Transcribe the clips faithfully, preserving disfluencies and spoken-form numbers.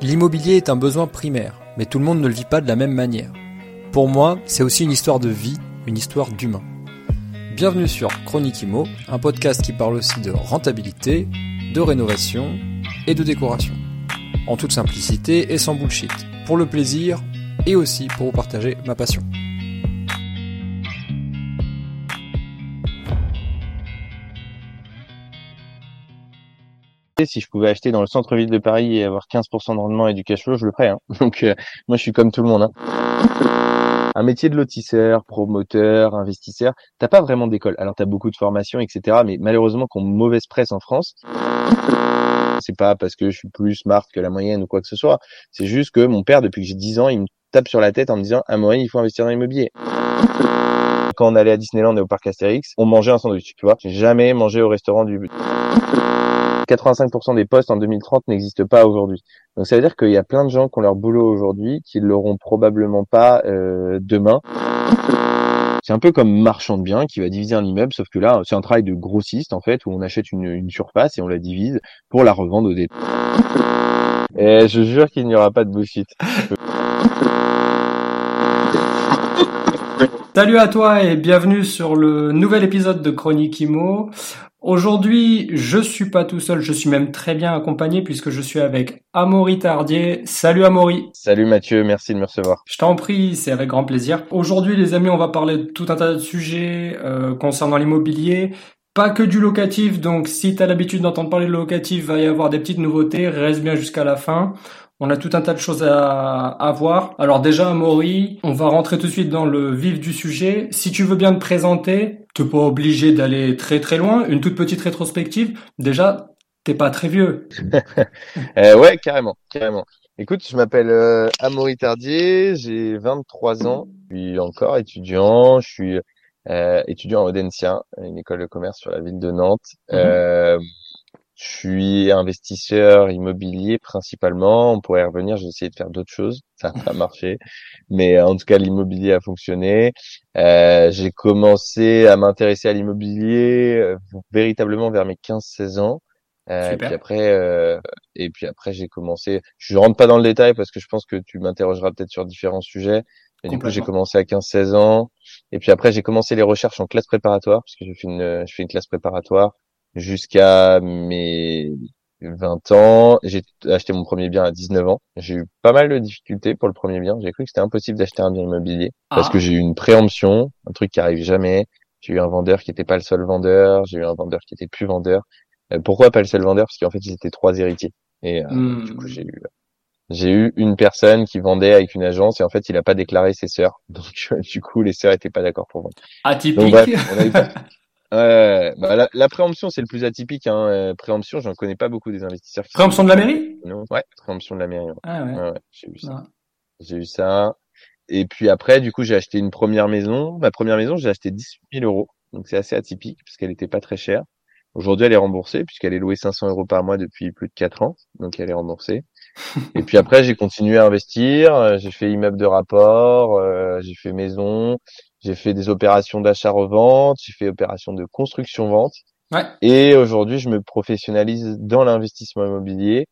L'immobilier est un besoin primaire, mais tout le monde ne le vit pas de la même manière. Pour moi, c'est aussi une histoire de vie, une histoire d'humain. Bienvenue sur Chronique Immo, un podcast qui parle aussi de rentabilité, de rénovation et de décoration. En toute simplicité et sans bullshit, pour le plaisir et aussi pour vous partager ma passion. Si je pouvais acheter dans le centre-ville de Paris et avoir quinze pour cent de rendement et du cash flow, je le ferais. Hein. Donc euh, moi je suis comme tout le monde. Hein. Un métier de lotisseur, promoteur, investisseur, t'as pas vraiment d'école. Alors t'as beaucoup de formations, et cetera. Mais malheureusement qu'on mauvaise presse en France. C'est pas parce que je suis plus smart que la moyenne ou quoi que ce soit. C'est juste que mon père, depuis que j'ai dix ans, il me tape sur la tête en me disant « À Montréal, il faut investir dans l'immobilier ». Quand on allait à Disneyland et au parc Astérix, on mangeait un sandwich, tu vois. J'ai jamais mangé au restaurant du... quatre-vingt-cinq pour cent des postes en deux mille trente n'existent pas aujourd'hui. Donc ça veut dire qu'il y a plein de gens qui ont leur boulot aujourd'hui, qui ne l'auront probablement pas euh, demain. C'est un peu comme marchand de biens qui va diviser un immeuble, sauf que là, c'est un travail de grossiste en fait, où on achète une, une surface et on la divise pour la revendre au détail. Et je jure qu'il n'y aura pas de bullshit. Salut à toi et bienvenue sur le nouvel épisode de Chronique Immo. Aujourd'hui, je suis pas tout seul, je suis même très bien accompagné puisque je suis avec Amaury Tardier. Salut Amaury. Salut Mathieu, merci de me recevoir. Je t'en prie, c'est avec grand plaisir. Aujourd'hui les amis, on va parler de tout un tas de sujets euh, concernant l'immobilier. Pas que du locatif, donc si tu as l'habitude d'entendre parler de locatif, va y avoir des petites nouveautés, reste bien jusqu'à la fin. On a tout un tas de choses à, à voir. Alors déjà, Amaury, on va rentrer tout de suite dans le vif du sujet. Si tu veux bien te présenter, t'es pas obligé d'aller très très loin. Une toute petite rétrospective. Déjà, t'es pas très vieux. euh, ouais, carrément, carrément. Écoute, je m'appelle euh, Amaury Tardier, j'ai vingt-trois ans, je suis encore étudiant, je suis euh, étudiant à Audencia, une école de commerce sur la ville de Nantes. Mhm. Euh, je suis investisseur immobilier principalement. On pourrait y revenir, j'ai essayé de faire d'autres choses, ça n'a pas marché. Mais en tout cas, l'immobilier a fonctionné. Euh, j'ai commencé à m'intéresser à l'immobilier euh, véritablement vers mes quinze seize ans. Euh, et Super. puis après, euh, et puis après, j'ai commencé. Je rentre pas dans le détail parce que je pense que tu m'interrogeras peut-être sur différents sujets. Mais du coup, j'ai commencé à quinze seize ans. Et puis après, j'ai commencé les recherches en classe préparatoire parce que je fais une, je fais une classe préparatoire jusqu'à mes vingt ans. J'ai acheté mon premier bien à dix-neuf ans. J'ai eu pas mal de difficultés pour le premier bien. J'ai cru que c'était impossible d'acheter un bien immobilier Ah. parce que j'ai eu une préemption, un truc qui arrive jamais. J'ai eu un vendeur qui était pas le seul vendeur. J'ai eu un vendeur qui était plus vendeur. Euh, pourquoi pas le seul vendeur? Parce qu'en fait, ils étaient trois héritiers. Et euh, Hmm. du coup, j'ai eu j'ai eu une personne qui vendait avec une agence et en fait, il a pas déclaré ses sœurs. Donc du coup, les sœurs étaient pas d'accord pour vendre. Atypique. Donc bref, on a eu pas... Ouais, bah, la, la préemption, c'est le plus atypique. Hein. Euh, préemption, j'en connais pas beaucoup des investisseurs. Qui Préemption de la mairie? Non. Ouais, préemption de la mairie. Ouais. Ah ouais. Ouais, ouais, j'ai eu ça. Ouais. J'ai eu ça. Et puis après, du coup, j'ai acheté une première maison. Ma première maison, j'ai acheté dix-huit mille euros. Donc c'est assez atypique puisqu'elle était pas très chère. Aujourd'hui, elle est remboursée puisqu'elle est louée cinq cents euros par mois depuis plus de quatre ans. Donc elle est remboursée. Et puis après, j'ai continué à investir. J'ai fait immeuble de rapport. Euh, j'ai fait maison. J'ai fait des opérations d'achat-revente, j'ai fait opérations de construction-vente. Ouais. Et aujourd'hui, je me professionnalise dans l'investissement immobilier.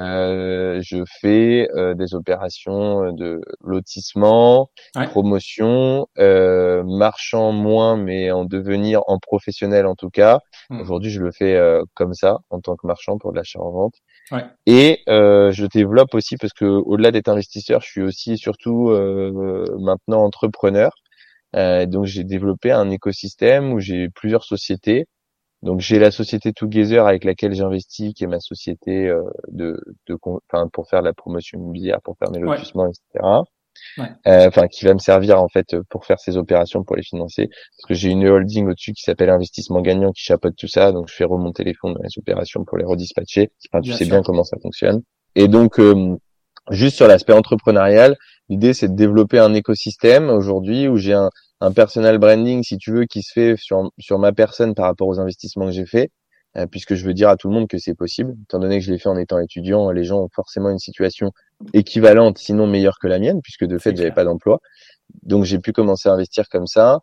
Euh, je fais euh, des opérations de lotissement, Ouais. promotion, euh, marchand moins, mais en devenir en professionnel en tout cas. Hmm. Aujourd'hui, je le fais euh, comme ça, en tant que marchand pour de l'achat-revente. Ouais. Et euh, je développe aussi parce que au-delà d'être investisseur, je suis aussi et surtout euh, maintenant entrepreneur. Euh, donc j'ai développé un écosystème où j'ai plusieurs sociétés. Donc j'ai la société Together avec laquelle j'investis, qui est ma société euh, de, de, enfin pour faire la promotion immobilière, pour faire mes lotissements, ouais. et cetera. Ouais. Euh, enfin qui va me servir en fait pour faire ces opérations, pour les financer. Parce que j'ai une holding au-dessus qui s'appelle Investissement Gagnant qui chapeaute tout ça. Donc je fais remonter les fonds dans les opérations pour les redispatcher. Enfin tu Bien sais sûr. bien comment ça fonctionne. Et donc euh, juste sur l'aspect entrepreneurial, l'idée c'est de développer un écosystème aujourd'hui où j'ai un, un personal branding, si tu veux, qui se fait sur, sur ma personne par rapport aux investissements que j'ai faits, euh, puisque je veux dire à tout le monde que c'est possible. Étant donné que je l'ai fait en étant étudiant, les gens ont forcément une situation équivalente, sinon meilleure que la mienne, puisque de fait, j'avais pas d'emploi. Donc j'ai pu commencer à investir comme ça,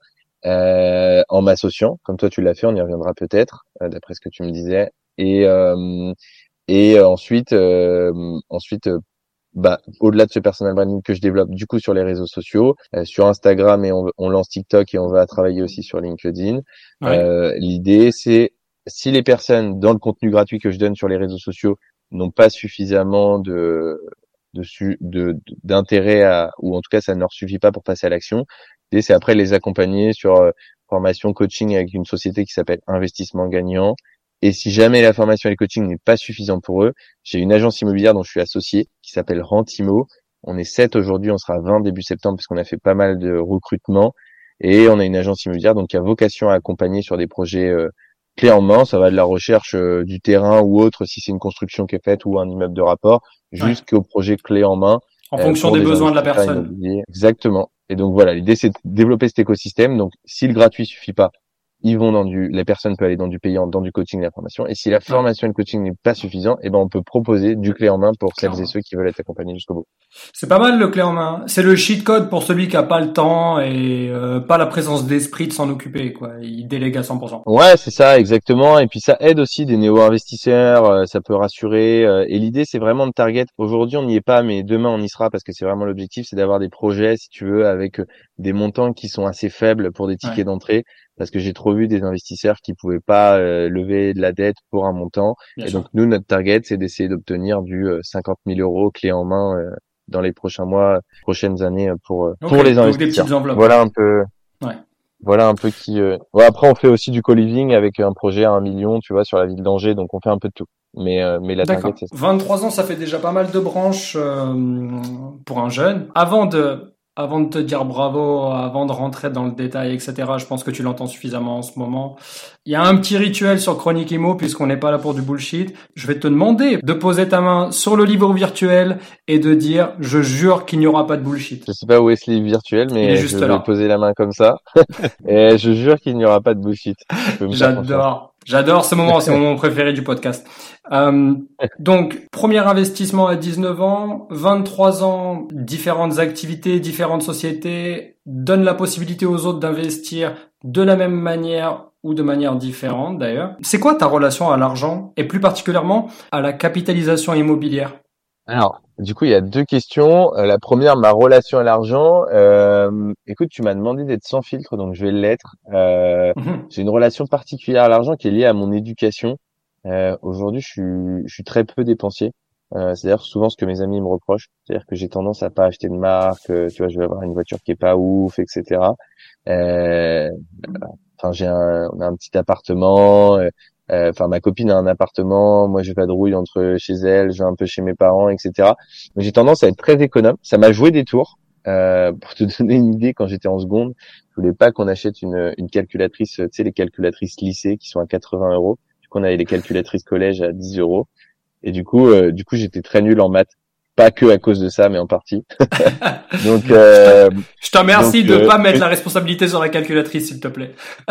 euh, en m'associant, comme toi tu l'as fait, on y reviendra peut-être, euh, d'après ce que tu me disais. Et, euh, et ensuite, euh, ensuite bah, au-delà de ce personal branding que je développe du coup sur les réseaux sociaux, euh, sur Instagram et on, on lance TikTok et on va travailler aussi sur LinkedIn. Ouais. Euh, l'idée, c'est si les personnes dans le contenu gratuit que je donne sur les réseaux sociaux n'ont pas suffisamment de de, de d'intérêt à, ou en tout cas ça ne leur suffit pas pour passer à l'action. L'idée, c'est après les accompagner sur euh, formation coaching avec une société qui s'appelle Investissement Gagnant. Et si jamais la formation et le coaching n'est pas suffisant pour eux, j'ai une agence immobilière dont je suis associé qui s'appelle Rentimo. On est sept aujourd'hui, on sera vingt début septembre parce qu'on a fait pas mal de recrutements. Et on a une agence immobilière donc qui a vocation à accompagner sur des projets euh, clés en main. Ça va de la recherche euh, du terrain ou autre, si c'est une construction qui est faite ou un immeuble de rapport, jusqu'au ouais. projet clé en main. En euh, fonction des, des besoins de la personne. Immobiliers. Exactement. Et donc voilà, l'idée c'est de développer cet écosystème. Donc si le gratuit suffit pas, ils vont dans du, les personnes peuvent aller dans du payant, dans du coaching et la formation. Et si la formation et le coaching n'est pas suffisant, eh ben, on peut proposer du clé en main pour celles et ceux qui veulent être accompagnés jusqu'au bout. C'est pas mal le clé en main. C'est le cheat code pour celui qui a pas le temps et euh, pas la présence d'esprit de s'en occuper, quoi. Il délègue à cent pour cent. Ouais, c'est ça, exactement. Et puis ça aide aussi des néo-investisseurs, euh, ça peut rassurer. Euh, et l'idée, c'est vraiment de target. Aujourd'hui, on n'y est pas, mais demain, on y sera parce que c'est vraiment l'objectif, c'est d'avoir des projets, si tu veux, avec des montants qui sont assez faibles pour des tickets ouais. d'entrée. Parce que j'ai trop vu des investisseurs qui pouvaient pas euh, lever de la dette pour un montant. Bien et sûr. Donc, nous, notre target, c'est d'essayer d'obtenir du euh, cinquante mille euros clé en main euh, dans les prochains mois, prochaines années pour euh, okay. pour les investisseurs. Donc, des petites enveloppes. Voilà un peu. Ouais. Voilà un peu qui. Euh... Ouais, après, on fait aussi du co-living avec un projet à un million, tu vois, sur la ville d'Angers. Donc, on fait un peu de tout. Mais euh, mais la target, c'est ça. vingt-trois ans, ça fait déjà pas mal de branches euh, pour un jeune. Avant de Avant de te dire bravo, avant de rentrer dans le détail, et cetera, je pense que tu l'entends suffisamment en ce moment. Il y a un petit rituel sur Chronique Immo, puisqu'on n'est pas là pour du bullshit. Je vais te demander de poser ta main sur le livre virtuel et de dire « Je jure qu'il n'y aura pas de bullshit ». Je sais pas où est ce livre virtuel, mais je vais là. poser la main comme ça. Et je jure qu'il n'y aura pas de bullshit. J'adore. J'adore ce moment, c'est mon moment préféré du podcast. Euh, donc, premier investissement à dix-neuf ans, vingt-trois ans, différentes activités, différentes sociétés, donne la possibilité aux autres d'investir de la même manière ou de manière différente d'ailleurs. C'est quoi ta relation à l'argent et plus particulièrement à la capitalisation immobilière ? Alors, du coup, il y a deux questions. Euh, la première, ma relation à l'argent. Euh, écoute, tu m'as demandé d'être sans filtre, donc je vais l'être. Euh, mmh. J'ai une relation particulière à l'argent qui est liée à mon éducation. Euh, aujourd'hui, je suis, je suis très peu dépensier. Euh, c'est-à-dire souvent ce que mes amis me reprochent. C'est-à-dire que j'ai tendance à pas acheter de marque. Euh, tu vois, je vais avoir une voiture qui est pas ouf, et cetera. Euh, enfin, j'ai un, on a un petit appartement. Euh, Enfin, euh, ma copine a un appartement, moi je vadrouille entre chez elle, je vais un peu chez mes parents, et cetera. Donc j'ai tendance à être très économe. Ça m'a joué des tours. Euh, pour te donner une idée, quand j'étais en seconde, je voulais pas qu'on achète une, une calculatrice, tu sais, les calculatrices lycée qui sont à quatre-vingts euros. Du coup, on avait les calculatrices collège à dix euros. Et du coup, euh, du coup, j'étais très nul en maths. Pas que à cause de ça, mais en partie. donc, euh, je te remercie donc, de euh, pas mettre la responsabilité sur la calculatrice, s'il te plaît.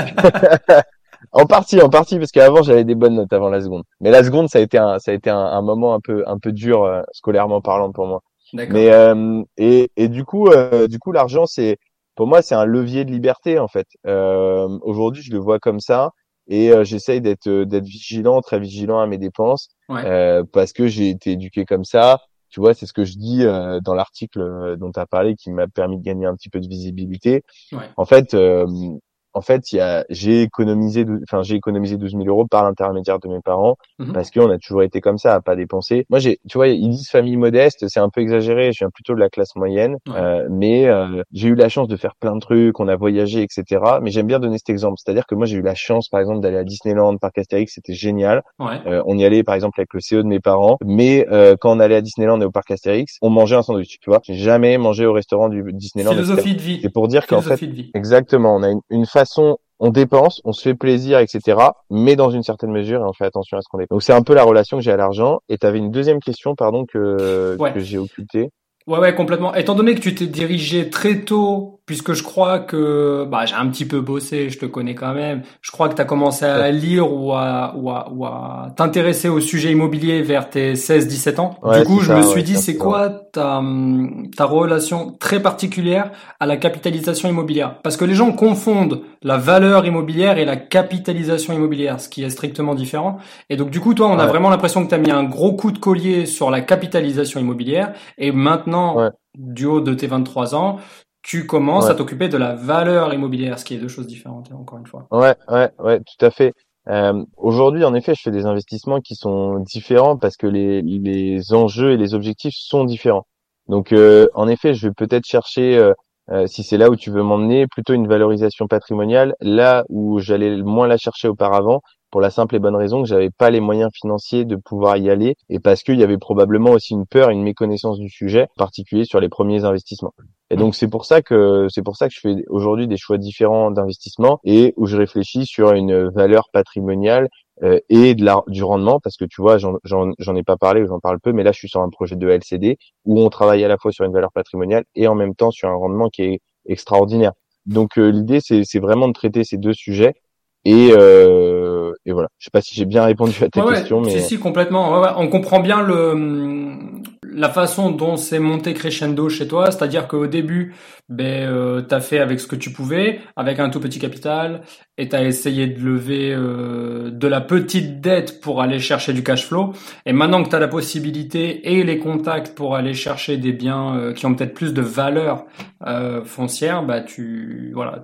En partie, en partie, parce qu'avant j'avais des bonnes notes avant la seconde. Mais la seconde, ça a été un, ça a été un, un moment un peu, un peu dur euh, scolairement parlant pour moi. D'accord. Mais euh, et, et du coup, euh, du coup, l'argent, c'est, pour moi, c'est un levier de liberté en fait. Euh, aujourd'hui, je le vois comme ça et euh, j'essaye d'être, d'être vigilant, très vigilant à mes dépenses, ouais. euh, parce que j'ai été éduqué comme ça. Tu vois, c'est ce que je dis euh, dans l'article dont tu as parlé, qui m'a permis de gagner un petit peu de visibilité. Ouais. En fait. Euh, En fait, il y a, j'ai économisé, enfin, j'ai économisé douze mille euros par l'intermédiaire de mes parents, mmh. parce qu'on a toujours été comme ça, à pas dépenser. Moi, j'ai, tu vois, ils disent famille modeste, c'est un peu exagéré. Je viens plutôt de la classe moyenne, ouais. euh, mais euh, j'ai eu la chance de faire plein de trucs, on a voyagé, et cetera. Mais j'aime bien donner cet exemple, c'est-à-dire que moi, j'ai eu la chance, par exemple, d'aller à Disneyland, Parc Astérix, c'était génial. Ouais. Euh, on y allait, par exemple, avec le C E de mes parents, mais euh, quand on allait à Disneyland et au Parc Astérix, on mangeait un sandwich, tu vois. J'ai jamais mangé au restaurant du Disneyland. Philosophie de vie. C'est pour dire qu'en fait, de vie. exactement, on a une, une façon. On dépense, on se fait plaisir, et cetera, mais dans une certaine mesure, et on fait attention à ce qu'on dépense. Donc c'est un peu la relation que j'ai à l'argent. Et tu avais une deuxième question, pardon, que, ouais. que j'ai occultée. Ouais, ouais, complètement. Étant donné que tu t'es dirigé très tôt puisque je crois que bah j'ai un petit peu bossé, je te connais quand même. Je crois que tu as commencé à lire ou à ou à, ou à t'intéresser au sujet immobilier vers tes seize dix-sept ans. Ouais, Du coup, c'est je me ça, suis ouais, dit c'est quinze ans. quoi ta ta relation très particulière à la capitalisation immobilière? Parce que les gens confondent la valeur immobilière et la capitalisation immobilière, ce qui est strictement différent. Et donc du coup, toi, on a Ouais, vraiment l'impression que tu as mis un gros coup de collier sur la capitalisation immobilière et ouais, maintenant du haut de tes vingt-trois ans, tu commences à ouais, t'occuper de la valeur immobilière, ce qui est deux choses différentes, encore une fois. ouais, ouais, ouais, tout à fait. Euh, aujourd'hui, en effet, je fais des investissements qui sont différents parce que les, les enjeux et les objectifs sont différents. Donc, euh, en effet, je vais peut-être chercher, euh, euh, si c'est là où tu veux m'emmener, plutôt une valorisation patrimoniale, là où j'allais moins la chercher auparavant, pour la simple et bonne raison que j'avais pas les moyens financiers de pouvoir y aller et parce qu'il y avait probablement aussi une peur, une méconnaissance du sujet, en particulier sur les premiers investissements. Et donc c'est pour ça que c'est pour ça que je fais aujourd'hui des choix différents d'investissement et où je réfléchis sur une valeur patrimoniale euh, et de la, du rendement parce que tu vois j'en j'en j'en ai pas parlé ou j'en parle peu mais là je suis sur un projet de L C D où on travaille à la fois sur une valeur patrimoniale et en même temps sur un rendement qui est extraordinaire. Donc euh, l'idée c'est c'est vraiment de traiter ces deux sujets et euh, et voilà. Je sais pas si j'ai bien répondu à ta Ouais, ouais, question si, mais si, complètement. Ouais, ouais. On comprend bien le, la façon dont c'est monté crescendo chez toi, c'est-à-dire qu'au début, ben, euh, t'as fait avec ce que tu pouvais, avec un tout petit capital, et t'as essayé de lever euh, de la petite dette pour aller chercher du cash flow. Et maintenant que t'as la possibilité et les contacts pour aller chercher des biens euh, qui ont peut-être plus de valeur euh, foncière, bah tu, voilà,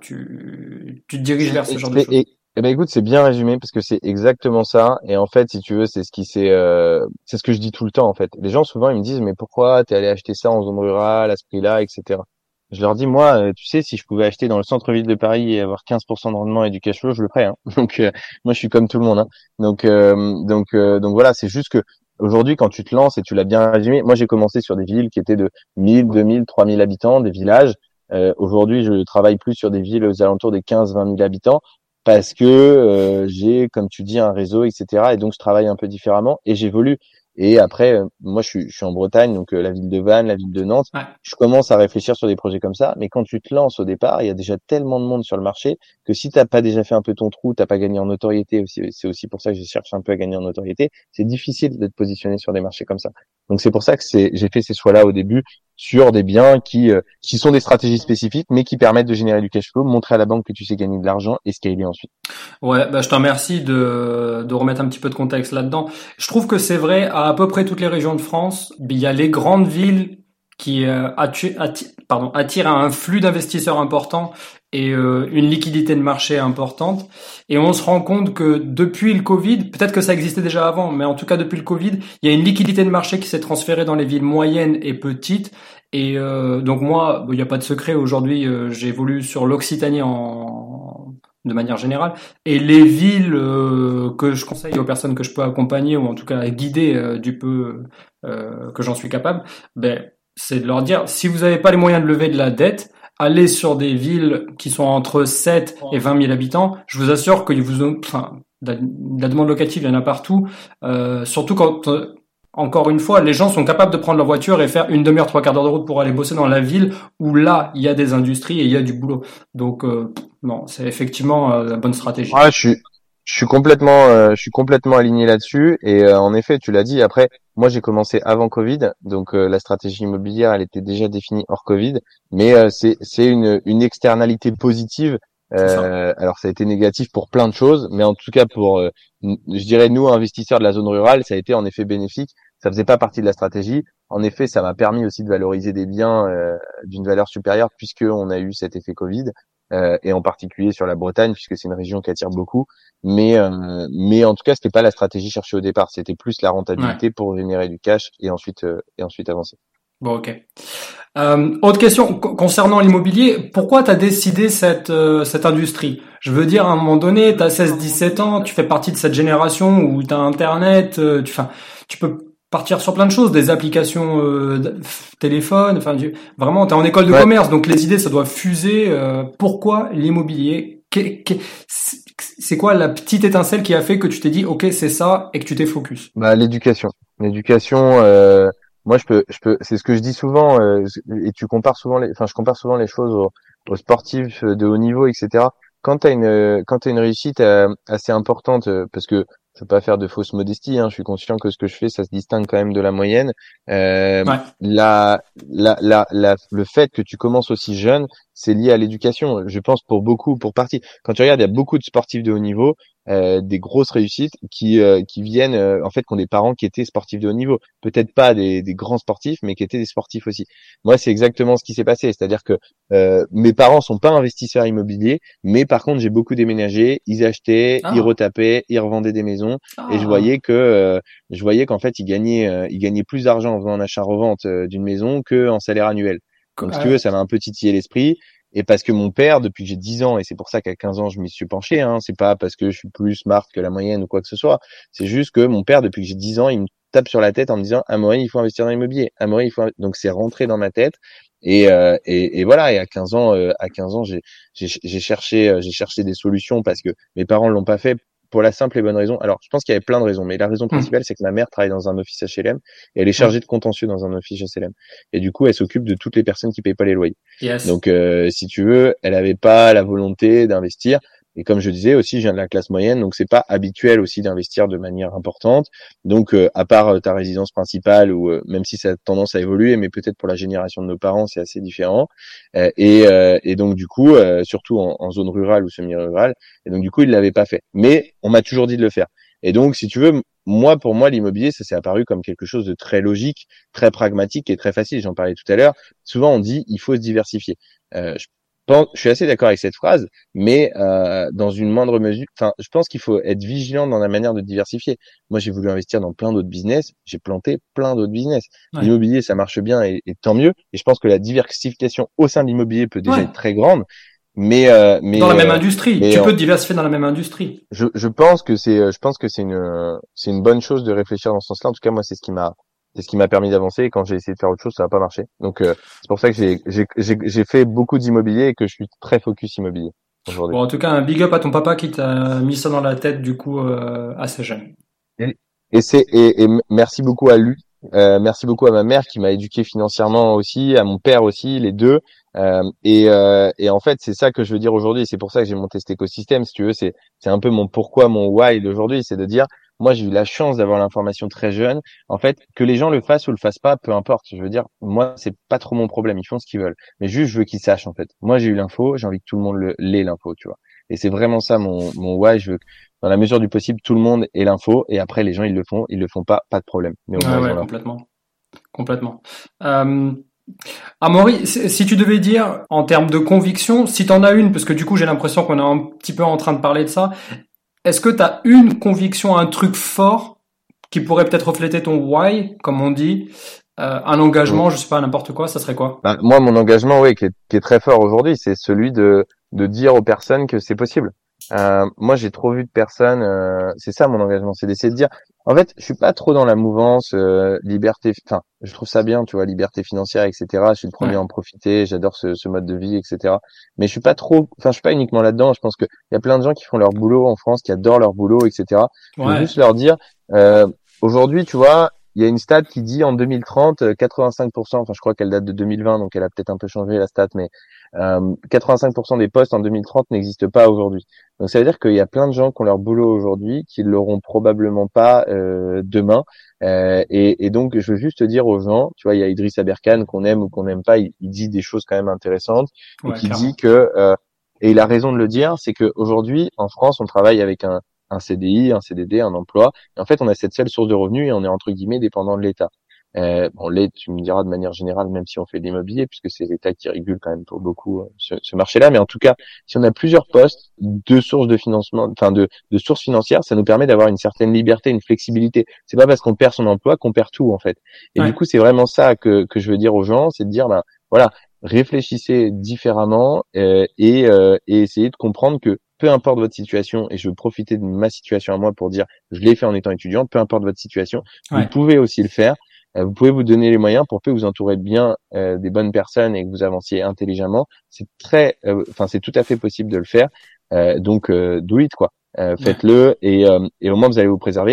tu, tu te diriges vers ce c'est, genre de c'est- choses. et- eh ben écoute, c'est bien résumé parce que c'est exactement ça. Et en fait, si tu veux, c'est ce qui c'est, euh, c'est ce que je dis tout le temps en fait. Les gens souvent ils me disent mais pourquoi t'es allé acheter ça en zone rurale à ce prix-là, et cetera. Je leur dis moi, euh, tu sais, si je pouvais acheter dans le centre-ville de Paris et avoir quinze pour cent de rendement et du cash flow, je le ferais. Hein. Donc euh, moi, je suis comme tout le monde. Hein. Donc euh, donc euh, donc voilà, c'est juste que aujourd'hui, quand tu te lances et tu l'as bien résumé, moi j'ai commencé sur des villes qui étaient de mille, deux mille, trois mille habitants, des villages. Euh, aujourd'hui, je travaille plus sur des villes aux alentours des quinze, vingt mille habitants parce que euh, j'ai, comme tu dis, un réseau, et cetera. Et donc, je travaille un peu différemment et j'évolue. Et après, euh, moi, je suis, je suis en Bretagne, donc euh, la ville de Vannes, la ville de Nantes. Ouais. Je commence à réfléchir sur des projets comme ça. Mais quand tu te lances au départ, il y a déjà tellement de monde sur le marché que si t'as pas déjà fait un peu ton trou, t'as pas gagné en notoriété aussi. C'est aussi pour ça que je cherche un peu à gagner en notoriété. C'est difficile de te positionner sur des marchés comme ça. Donc, c'est pour ça que c'est, j'ai fait ces choix-là au début sur des biens qui euh, qui sont des stratégies spécifiques, mais qui permettent de générer du cash flow, montrer à la banque que tu sais gagner de l'argent et scaler ensuite. Ouais, bah je te remercie de, de remettre un petit peu de contexte là-dedans. Je trouve que c'est vrai à à peu près toutes les régions de France. Il y a les grandes villes qui euh, attu- atti- pardon, attirent un flux d'investisseurs important et euh, une liquidité de marché importante. Et on se rend compte que depuis le Covid, peut-être que ça existait déjà avant, mais en tout cas depuis le Covid, il y a une liquidité de marché qui s'est transférée dans les villes moyennes et petites. Et euh, donc moi, il n'y a pas de secret, aujourd'hui euh, j'évolue sur l'Occitanie en de manière générale. Et les villes euh, que je conseille aux personnes que je peux accompagner ou en tout cas guider euh, du peu euh, que j'en suis capable, ben c'est de leur dire si vous n'avez pas les moyens de lever de la dette, allez sur des villes qui sont entre sept et vingt mille habitants. Je vous assure qu'ils vous ont, enfin, de la, de la demande locative, il y en a partout. Euh, surtout quand euh, encore une fois, les gens sont capables de prendre leur voiture et faire une demi-heure, trois quarts d'heure de route pour aller bosser dans la ville où là, il y a des industries et il y a du boulot. Donc, euh, non, c'est effectivement euh, la bonne stratégie. Ouais, je suis, je suis complètement, euh, je suis complètement aligné là-dessus. Et euh, en effet, tu l'as dit. Après, moi, j'ai commencé avant Covid, donc euh, la stratégie immobilière, elle était déjà définie hors Covid. Mais euh, c'est, c'est une, une externalité positive. C'est ça. Euh, alors, ça a été négatif pour plein de choses, mais en tout cas pour, euh, n- je dirais nous, investisseurs de la zone rurale, ça a été en effet bénéfique. Ça faisait pas partie de la stratégie. En effet, ça m'a permis aussi de valoriser des biens euh, d'une valeur supérieure puisque on a eu cet effet Covid. Euh, et en particulier sur la Bretagne puisque c'est une région qui attire beaucoup. Mais euh, mais en tout cas, c'était pas la stratégie cherchée au départ. C'était plus la Ouais. rentabilité pour générer du cash et ensuite euh, et ensuite avancer. Bon, ok. Euh, autre question co- concernant l'immobilier, pourquoi tu as décidé cette euh, cette industrie? Je veux dire, à un moment donné, tu as seize dix-sept ans, tu fais partie de cette génération où tu as Internet, euh, tu, enfin, tu peux partir sur plein de choses, des applications euh, d- téléphone, enfin, tu- vraiment, tu es en école de Ouais. commerce, donc les idées, ça doit fuser. Euh, pourquoi l'immobilier? Qu'est- qu'est- C'est c'est quoi la petite étincelle qui a fait que tu t'es dit, ok, c'est ça, et que tu t'es focus? Bah l'éducation, l'éducation. Euh, moi, je peux, je peux. C'est ce que je dis souvent. Euh, et tu compares souvent les. Enfin, je compare souvent les choses au, aux sportifs de haut niveau, et cetera. Quand t'as une quand t'as une réussite euh, assez importante, euh, parce que je veux pas faire de fausse modestie, hein, je suis conscient que ce que je fais, ça se distingue quand même de la moyenne. Euh, Ouais. la, la, la, la, le fait que tu commences aussi jeune, c'est lié à l'éducation. Je pense pour beaucoup, pour partie. Quand tu regardes, il y a beaucoup de sportifs de haut niveau, euh, des grosses réussites qui euh, qui viennent euh, en fait qui ont des parents qui étaient sportifs de haut niveau. Peut-être pas des, des grands sportifs, mais qui étaient des sportifs aussi. Moi, c'est exactement ce qui s'est passé. C'est-à-dire que euh, mes parents sont pas investisseurs immobiliers, mais par contre, j'ai beaucoup déménagé. Ils achetaient, Ah. ils retapaient, ils revendaient des maisons, Ah. et je voyais que euh, je voyais qu'en fait, ils gagnaient euh, ils gagnaient plus d'argent en faisant un achat-revente euh, d'une maison que en salaire annuel. Donc, si tu veux, ça m'a un peu titillé l'esprit. Et parce que mon père, depuis que j'ai dix ans, et c'est pour ça qu'à quinze ans, je m'y suis penché, hein, c'est pas parce que je suis plus smart que la moyenne ou quoi que ce soit. C'est juste que mon père, depuis que j'ai dix ans, il me tape sur la tête en me disant, Amaury, il faut investir dans l'immobilier. Amaury, il faut, donc c'est rentré dans ma tête. Et, euh, et, et voilà. Et à quinze ans, euh, à quinze ans, j'ai, j'ai, j'ai cherché, euh, j'ai cherché des solutions parce que mes parents l'ont pas fait pour la simple et bonne raison. Alors, je pense qu'il y avait plein de raisons, mais la raison principale, mmh. c'est que ma mère travaille dans un office H L M et elle est chargée mmh. de contentieux dans un office H L M. Et du coup, elle s'occupe de toutes les personnes qui payent pas les loyers. Yes. Donc, euh, si tu veux, elle avait pas la volonté d'investir. Et comme je disais aussi, je viens de la classe moyenne, donc c'est pas habituel aussi d'investir de manière importante. Donc, euh, à part euh, ta résidence principale, ou euh, même si ça a tendance à évoluer, mais peut-être pour la génération de nos parents, c'est assez différent. Euh, et, euh, et donc, du coup, euh, surtout en, en zone rurale ou semi-rurale, et donc du coup, il l'avait pas fait. Mais on m'a toujours dit de le faire. Et donc, si tu veux, moi, pour moi, l'immobilier, ça s'est apparu comme quelque chose de très logique, très pragmatique et très facile. J'en parlais tout à l'heure. Souvent, on dit il faut se diversifier. Euh, je pense, je suis assez d'accord avec cette phrase, mais euh, dans une moindre mesure. Enfin, je pense qu'il faut être vigilant dans la manière de diversifier. Moi, j'ai voulu investir dans plein d'autres business. J'ai planté plein d'autres business. Ouais. L'immobilier, ça marche bien et, et tant mieux. Et je pense que la diversification au sein de l'immobilier peut déjà ouais. être très grande. Mais, euh, mais dans la même euh, industrie, tu euh, peux te diversifier dans la même industrie. Je, je pense que c'est, je pense que c'est une, c'est une bonne chose de réfléchir dans ce sens-là. En tout cas, moi, c'est ce qui m'a, c'est ce qui m'a permis d'avancer. Et quand j'ai essayé de faire autre chose, ça n'a pas marché. Donc, euh, c'est pour ça que j'ai, j'ai, j'ai, j'ai fait beaucoup d'immobilier et que je suis très focus immobilier aujourd'hui. Bon, en tout cas, un big up à ton papa qui t'a mis ça dans la tête du coup euh, assez jeune. Et, et c'est, et, et merci beaucoup à lui. Euh, merci beaucoup à ma mère qui m'a éduqué financièrement aussi, à mon père aussi, les deux. Euh, et, euh, et en fait, c'est ça que je veux dire aujourd'hui. C'est pour ça que j'ai monté cet écosystème. Si tu veux, c'est, c'est un peu mon pourquoi, mon why d'aujourd'hui, c'est de dire, moi, j'ai eu la chance d'avoir l'information très jeune. En fait, que les gens le fassent ou le fassent pas, peu importe. Je veux dire, moi, c'est pas trop mon problème. Ils font ce qu'ils veulent. Mais juste, je veux qu'ils sachent, en fait. Moi, j'ai eu l'info. J'ai envie que tout le monde le, l'ait l'info, tu vois. Et c'est vraiment ça mon, mon why. Je veux que, dans la mesure du possible, tout le monde ait l'info. Et après, les gens, ils le font. Ils le font pas, pas de problème. Mais au moins, ah ouais, complètement. Complètement. Euh... Amaury, si tu devais dire en termes de conviction, si t'en as une, parce que du coup j'ai l'impression qu'on est un petit peu en train de parler de ça, est-ce que t'as une conviction, un truc fort qui pourrait peut-être refléter ton why, comme on dit, euh, un engagement, mmh. je sais pas, n'importe quoi, ça serait quoi? Bah, moi, mon engagement, oui, qui est, qui est très fort aujourd'hui, c'est celui de, de dire aux personnes que c'est possible. Euh, moi, j'ai trop vu de personnes. Euh, c'est ça mon engagement, c'est d'essayer de dire. En fait, je suis pas trop dans la mouvance euh, liberté. Enfin, je trouve ça bien, tu vois, liberté financière, et cetera. Je suis le premier ouais. à en profiter. J'adore ce, ce mode de vie, et cetera. Mais je suis pas trop. Enfin, je suis pas uniquement là-dedans. Je pense que il y a plein de gens qui font leur boulot en France, qui adorent leur boulot, et cetera. Ouais. Je veux juste leur dire. Euh, aujourd'hui, tu vois, il y a une stat qui dit en deux mille trente, quatre-vingt-cinq pour cent. Enfin, je crois qu'elle date de deux mille vingt, donc elle a peut-être un peu changé la stat, mais euh, quatre-vingt-cinq pour cent des postes en deux mille trente n'existent pas aujourd'hui. Donc ça veut dire qu'il y a plein de gens qui ont leur boulot aujourd'hui, qui l'auront probablement pas euh, demain. Euh, et, et donc je veux juste te dire aux gens, tu vois, il y a Idriss Aberkane qu'on aime ou qu'on n'aime pas, il, il dit des choses quand même intéressantes et ouais, qui clairement. dit que euh, et il a raison de le dire, c'est que aujourd'hui en France on travaille avec un, un C D I, un C D D, un emploi, et en fait on a cette seule source de revenus et on est entre guillemets dépendant de l'État. Euh, bon, l'aide, tu me diras de manière générale, même si on fait de l'immobilier, puisque c'est l'État qui régule quand même pour beaucoup euh, ce, ce marché-là. Mais en tout cas, si on a plusieurs postes, deux sources de financement, enfin de, de sources financières, ça nous permet d'avoir une certaine liberté, une flexibilité. C'est pas parce qu'on perd son emploi qu'on perd tout en fait. Et ouais. du coup, c'est vraiment ça que que je veux dire aux gens, c'est de dire, ben voilà, réfléchissez différemment euh, et euh, et essayez de comprendre que peu importe votre situation, et je veux profiter de ma situation à moi pour dire, je l'ai fait en étant étudiant, peu importe votre situation, ouais. vous pouvez aussi le faire. Vous pouvez vous donner les moyens pour que vous entourez bien euh, des bonnes personnes et que vous avanciez intelligemment. C'est très, enfin, euh, c'est tout à fait possible de le faire. Euh, donc, euh, do it, quoi. Euh, faites-le et, euh, et au moins vous allez vous préserver.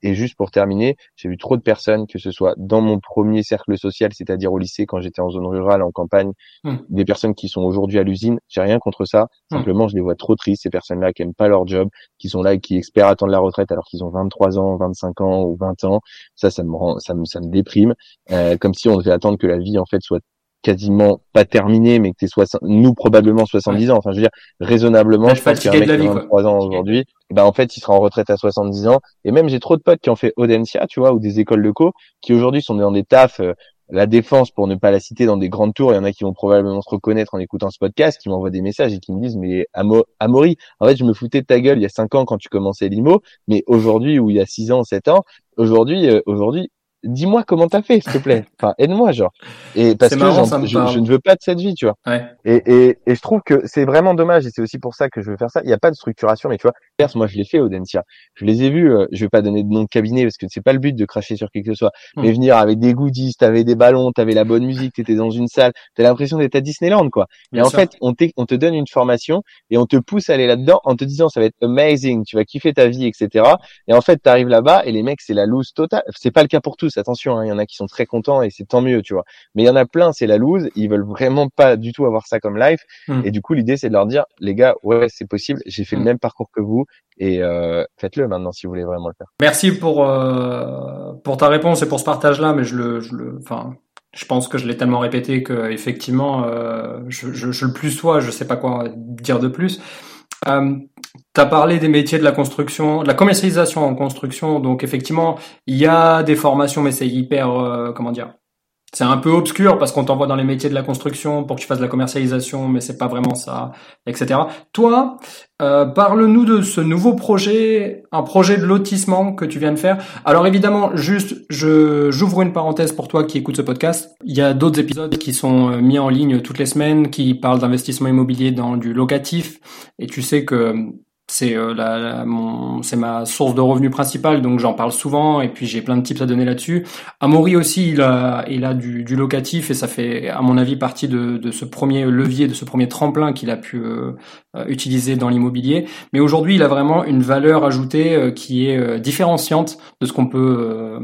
et juste pour terminer, j'ai vu trop de personnes, que ce soit dans mon premier cercle social, c'est-à-dire au lycée quand j'étais en zone rurale, en campagne, mmh. des personnes qui sont aujourd'hui à l'usine. J'ai rien contre ça. Simplement, mmh. je les vois trop tristes, ces personnes-là qui aiment pas leur job, qui sont là et qui espèrent attendre la retraite alors qu'ils ont vingt-trois ans, vingt-cinq ans ou vingt ans. Ça, ça me rend, ça me, ça me déprime. Euh, comme si on devait attendre que la vie, en fait, soit quasiment pas terminée, mais que t'es soixante, nous probablement soixante-dix ouais. ans. Enfin, je veux dire, raisonnablement, je pense qu'un mec qui a vingt-trois ans aujourd'hui, ben en fait, il sera en retraite à soixante-dix ans. Et même, j'ai trop de potes qui ont fait Audencia, tu vois, ou des écoles de co, qui aujourd'hui sont dans des tafs, euh, la défense, pour ne pas la citer, dans des grandes tours. Il y en a qui vont probablement se reconnaître en écoutant ce podcast, qui m'envoient des messages et qui me disent, mais Amo- Amaury, en fait, je me foutais de ta gueule il y a cinq ans quand tu commençais l'I M O, mais aujourd'hui, ou il y a six ans, sept ans, aujourd'hui, euh, aujourd'hui, dis-moi comment t'as fait, s'il te plaît. Enfin, aide-moi, genre. Et parce c'est que marrant, je, je ne veux pas de cette vie, tu vois. Ouais. Et, et, et je trouve que c'est vraiment dommage, et c'est aussi pour ça que je veux faire ça. Il n'y a pas de structuration, mais tu vois, moi, je l'ai fait, Audencia. Je les ai vus, euh, je vais pas donner de nom de cabinet parce que c'est pas le but de cracher sur qui que ce soit. Mmh. Mais venir avec des goodies, t'avais des ballons, t'avais la bonne musique, t'étais dans une salle, t'as l'impression d'être à Disneyland, quoi. Bien et sûr. En fait, on, on te donne une formation et on te pousse à aller là-dedans en te disant ça va être amazing, tu vas kiffer ta vie, et cetera. Et en fait, t'arrives là-bas et les mecs, c'est la loose totale. C'est pas le cas pour tous, attention, hein. Il y en a qui sont très contents et c'est tant mieux, tu vois. Mais il y en a plein, c'est la loose. Ils veulent vraiment pas du tout avoir ça comme life. Mmh. Et du coup, l'idée, c'est de leur dire, les gars, ouais, c'est possible. J'ai fait mmh. le même parcours que vous. Et euh, faites-le maintenant si vous voulez vraiment le faire. Merci pour euh, pour ta réponse et pour ce partage-là, mais je le, je le, enfin, je pense que je l'ai tellement répété que effectivement, euh, je, je, je le plus sois, je sais pas quoi dire de plus. Euh, t'as parlé des métiers de la construction, de la commercialisation en construction, donc effectivement, il y a des formations, mais c'est hyper, euh, comment dire. C'est un peu obscur parce qu'on t'envoie dans les métiers de la construction pour que tu fasses de la commercialisation, mais c'est pas vraiment ça, et cetera. Toi, euh, parle-nous de ce nouveau projet, un projet de lotissement que tu viens de faire. Alors évidemment, juste, je j'ouvre une parenthèse pour toi qui écoute ce podcast. Il y a d'autres épisodes qui sont mis en ligne toutes les semaines, qui parlent d'investissement immobilier dans du locatif. Et tu sais que c'est euh, la, la mon c'est ma source de revenus principale, donc j'en parle souvent et puis j'ai plein de tips à donner là-dessus. Amaury aussi, il a il a du, du locatif et ça fait à mon avis partie de de ce premier levier, de ce premier tremplin qu'il a pu euh, utiliser dans l'immobilier. Mais aujourd'hui, il a vraiment une valeur ajoutée euh, qui est euh, différenciante de ce qu'on peut euh,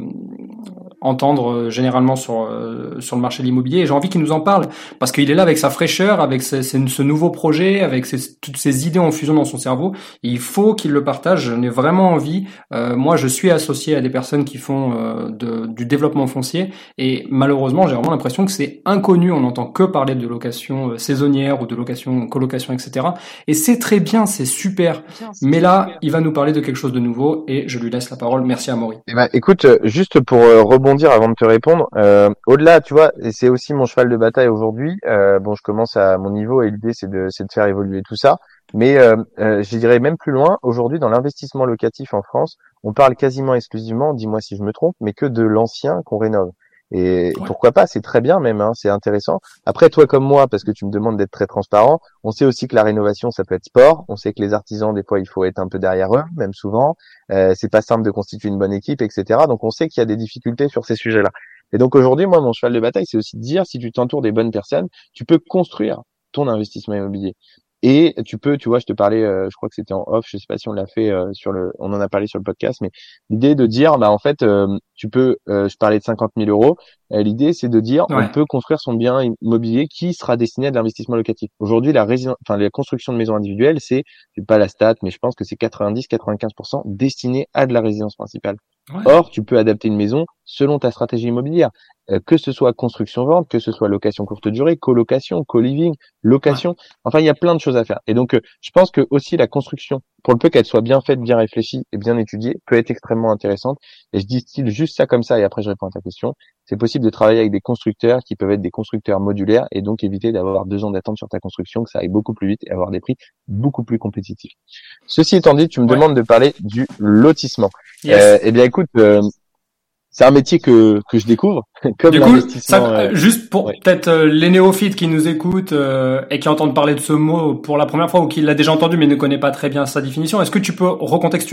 entendre euh, généralement sur euh, sur le marché de l'immobilier. Et j'ai envie qu'il nous en parle parce qu'il est là avec sa fraîcheur, avec ce, ce nouveau projet, avec ses, toutes ces idées en fusion dans son cerveau. Et il faut qu'il le partage. J'en ai vraiment envie. Euh, moi, je suis associé à des personnes qui font euh, de, du développement foncier et malheureusement, j'ai vraiment l'impression que c'est inconnu. On n'entend que parler de location euh, saisonnière ou de location, colocation, et cetera. Et c'est très bien, c'est super. Bien, c'est Mais là, super. Il va nous parler de quelque chose de nouveau et je lui laisse la parole. Merci à Amaury. Eh ben, écoute, juste pour euh, rebondir avant de te répondre, euh, au-delà, tu vois, et c'est aussi mon cheval de bataille aujourd'hui. Euh, bon, je commence à mon niveau et l'idée c'est de, c'est de faire évoluer tout ça. Mais euh, euh, je dirais même plus loin. Aujourd'hui, dans l'investissement locatif en France, on parle quasiment exclusivement, dis-moi si je me trompe, mais que de l'ancien qu'on rénove. Et ouais. Pourquoi pas, c'est très bien même, hein, c'est intéressant. Après, toi comme moi, parce que tu me demandes d'être très transparent, on sait aussi que la rénovation, ça peut être sport. On sait que les artisans, des fois, il faut être un peu derrière eux, même souvent. Euh, c'est pas simple de constituer une bonne équipe, et cetera. Donc, on sait qu'il y a des difficultés sur ces sujets-là. Et donc, aujourd'hui, moi, mon cheval de bataille, c'est aussi de dire, si tu t'entoures des bonnes personnes, tu peux construire ton investissement immobilier. Et tu peux, tu vois, je te parlais, euh, je crois que c'était en off, je sais pas si on l'a fait euh, sur le, on en a parlé sur le podcast, mais l'idée de dire, bah en fait, euh, tu peux, euh, je parlais de cinquante mille euros. Euh, l'idée, c'est de dire, ouais. On peut construire son bien immobilier qui sera destiné à de l'investissement locatif. Aujourd'hui, la résidence, enfin la construction de maisons individuelles, c'est, c'est pas la stat, mais je pense que c'est quatre-vingt-dix à quatre-vingt-quinze pour cent destiné à de la résidence principale. Ouais. Or, tu peux adapter une maison selon ta stratégie immobilière. Euh, que ce soit construction-vente, que ce soit location courte durée, colocation, co-living, location. Ouais. Enfin, il y a plein de choses à faire. Et donc, euh, je pense que aussi la construction, pour le peu qu'elle soit bien faite, bien réfléchie et bien étudiée, peut être extrêmement intéressante. Et je distille juste ça comme ça et après je réponds à ta question. C'est possible de travailler avec des constructeurs qui peuvent être des constructeurs modulaires et donc éviter d'avoir deux ans d'attente sur ta construction, que ça aille beaucoup plus vite et avoir des prix beaucoup plus compétitifs. Ceci étant dit, tu me ouais. demandes de parler du lotissement. Yes. Euh, eh bien, écoute, euh, c'est un métier que que je découvre. Comme du coup, ça, euh, juste pour ouais. peut-être euh, les néophytes qui nous écoutent euh, et qui entendent parler de ce mot pour la première fois ou qui l'a déjà entendu mais ne connaît pas très bien sa définition, est-ce que tu peux recontextualiser ?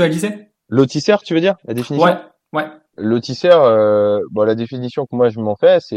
Lotisseur, tu veux dire la définition ? Ouais, ouais. Lotisseur, euh, bon, la définition que moi je m'en fais, c'est euh,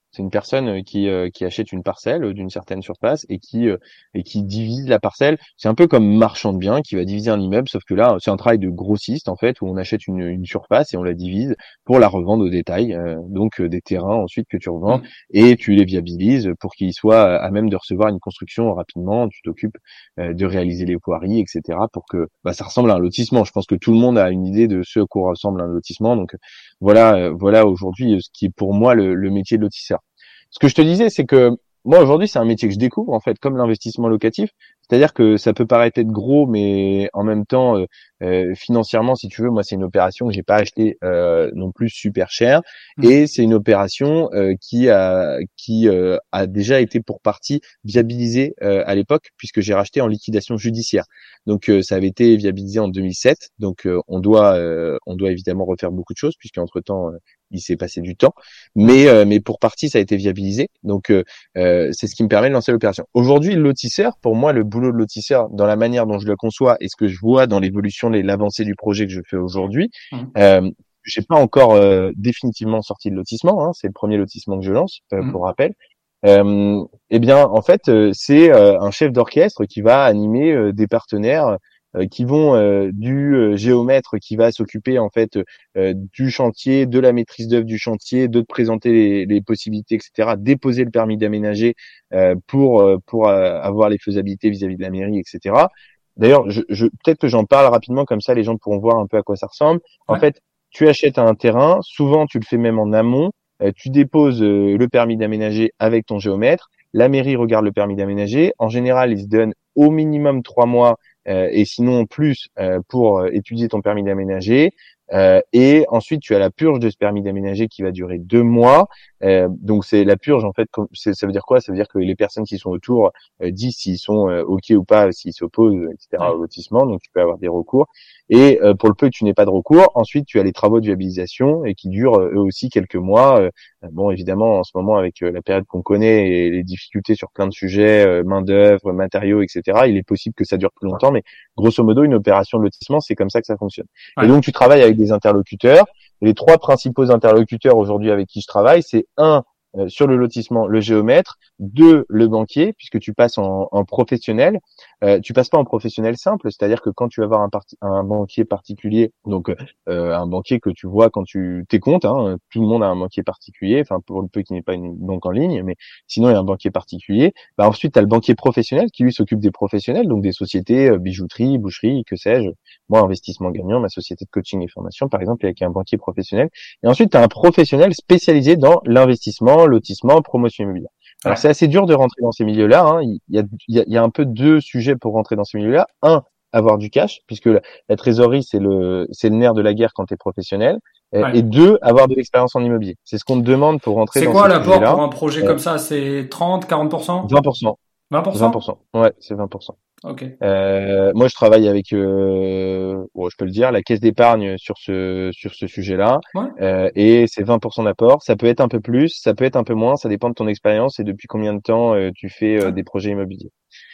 C'est une personne qui euh, qui achète une parcelle d'une certaine surface et qui euh, et qui divise la parcelle. C'est un peu comme marchand de biens qui va diviser un immeuble, sauf que là, c'est un travail de grossiste en fait, où on achète une, une surface et on la divise pour la revendre au détail. Euh, donc euh, des terrains ensuite que tu revends Mmh. et tu les viabilises pour qu'ils soient à même de recevoir une construction rapidement. Tu t'occupes euh, de réaliser les voiries, et cetera. Pour que bah, ça ressemble à un lotissement. Je pense que tout le monde a une idée de ce à quoi ressemble un lotissement. Donc voilà, euh, voilà aujourd'hui euh, ce qui est pour moi le, le métier de lotisseur. Ce que je te disais, c'est que moi aujourd'hui, c'est un métier que je découvre en fait, comme l'investissement locatif. C'est-à-dire que ça peut paraître être gros, mais en même temps, euh, euh, financièrement, si tu veux, moi c'est une opération que j'ai pas achetée euh, non plus super chère, Mmh. et c'est une opération euh, qui a qui euh, a déjà été pour partie viabilisée euh, à l'époque, puisque j'ai racheté en liquidation judiciaire. Donc euh, ça avait été viabilisé en deux mille sept. Donc euh, on doit euh, on doit évidemment refaire beaucoup de choses, puisqu'entre temps euh, il s'est passé du temps, mais euh, mais pour partie ça a été viabilisé. Donc euh, euh, c'est ce qui me permet de lancer l'opération. Aujourd'hui, le lotisseur, pour moi, le boulot de lotisseur, dans la manière dont je le conçois et ce que je vois dans l'évolution et l'avancée du projet que je fais aujourd'hui, Mmh. euh, j'ai pas encore euh, définitivement sorti de lotissement. Hein, c'est le premier lotissement que je lance, euh, Mmh. pour rappel. Euh, eh bien, en fait, euh, c'est euh, un chef d'orchestre qui va animer euh, des partenaires euh, qui vont euh, du euh, géomètre qui va s'occuper en fait euh, du chantier, de la maîtrise d'œuvre du chantier, de te présenter les, les possibilités, et cetera. Déposer le permis d'aménager euh, pour euh, pour euh, avoir les faisabilités vis-à-vis de la mairie, et cetera. D'ailleurs, je, je, peut-être que j'en parle rapidement comme ça, les gens pourront voir un peu à quoi ça ressemble. En Ouais. fait, tu achètes un terrain, souvent tu le fais même en amont. Euh, tu déposes euh, le permis d'aménager avec ton géomètre. La mairie regarde le permis d'aménager. En général, ils se donnent au minimum trois mois euh, et sinon plus euh, pour euh, étudier ton permis d'aménager. Euh, et ensuite, tu as la purge de ce permis d'aménager qui va durer deux mois. Euh, donc, c'est la purge, en fait, c'est, ça veut dire quoi? Ça veut dire que les personnes qui sont autour euh, disent s'ils sont euh, OK ou pas, s'ils s'opposent, et cetera, Ouais. au lotissement. Donc, tu peux avoir des recours. Et euh, pour le peu que tu n'aies pas de recours, ensuite, tu as les travaux de viabilisation et qui durent euh, eux aussi quelques mois. Euh, bon, évidemment, en ce moment, avec euh, la période qu'on connaît et les difficultés sur plein de sujets, euh, main-d'œuvre, matériaux, et cetera, il est possible que ça dure plus longtemps. Mais grosso modo, une opération de lotissement, c'est comme ça que ça fonctionne. Ouais. Et donc, tu travailles avec des interlocuteurs. Et les trois principaux interlocuteurs aujourd'hui avec qui je travaille, c'est un, euh, sur le lotissement, le géomètre, deux, le banquier, puisque tu passes en, en professionnel. Euh, tu passes pas en professionnel simple, c'est-à-dire que quand tu vas voir un, parti, un banquier particulier, donc euh, un banquier que tu vois quand tu tes comptes, hein, tout le monde a un banquier particulier, enfin pour le peu qui n'est pas une banque en ligne, mais sinon il y a un banquier particulier. Bah, ensuite, tu as le banquier professionnel qui lui s'occupe des professionnels, donc des sociétés, euh, bijouterie, boucherie, que sais-je. Moi, investissement gagnant, ma société de coaching et formation, par exemple, avec un banquier professionnel. Et ensuite, tu as un professionnel spécialisé dans l'investissement, lotissement, promotion immobilière. Alors, Ouais. c'est assez dur de rentrer dans ces milieux-là. Hein. Il, y a, il, y a, il y a un peu deux sujets pour rentrer dans ces milieux-là. Un, avoir du cash, puisque la, la trésorerie, c'est le, c'est le nerf de la guerre quand tu es professionnel. Et, Ouais. et deux, avoir de l'expérience en immobilier. C'est ce qu'on te demande pour rentrer C'est dans quoi ces l'apport sujets-là. pour un projet Euh, comme ça? C'est trente, quarante pour cent? vingt pour cent. vingt pour vingt cent? pour cent. Ouais, c'est vingt pour cent. Ok. Euh, moi, je travaille avec, euh, bon, je peux le dire, la caisse d'épargne sur ce sur ce sujet-là, Ouais. euh, et c'est vingt pour cent d'apport. Ça peut être un peu plus, ça peut être un peu moins, ça dépend de ton expérience et depuis combien de temps euh, tu fais euh, Ouais. des projets immobiliers.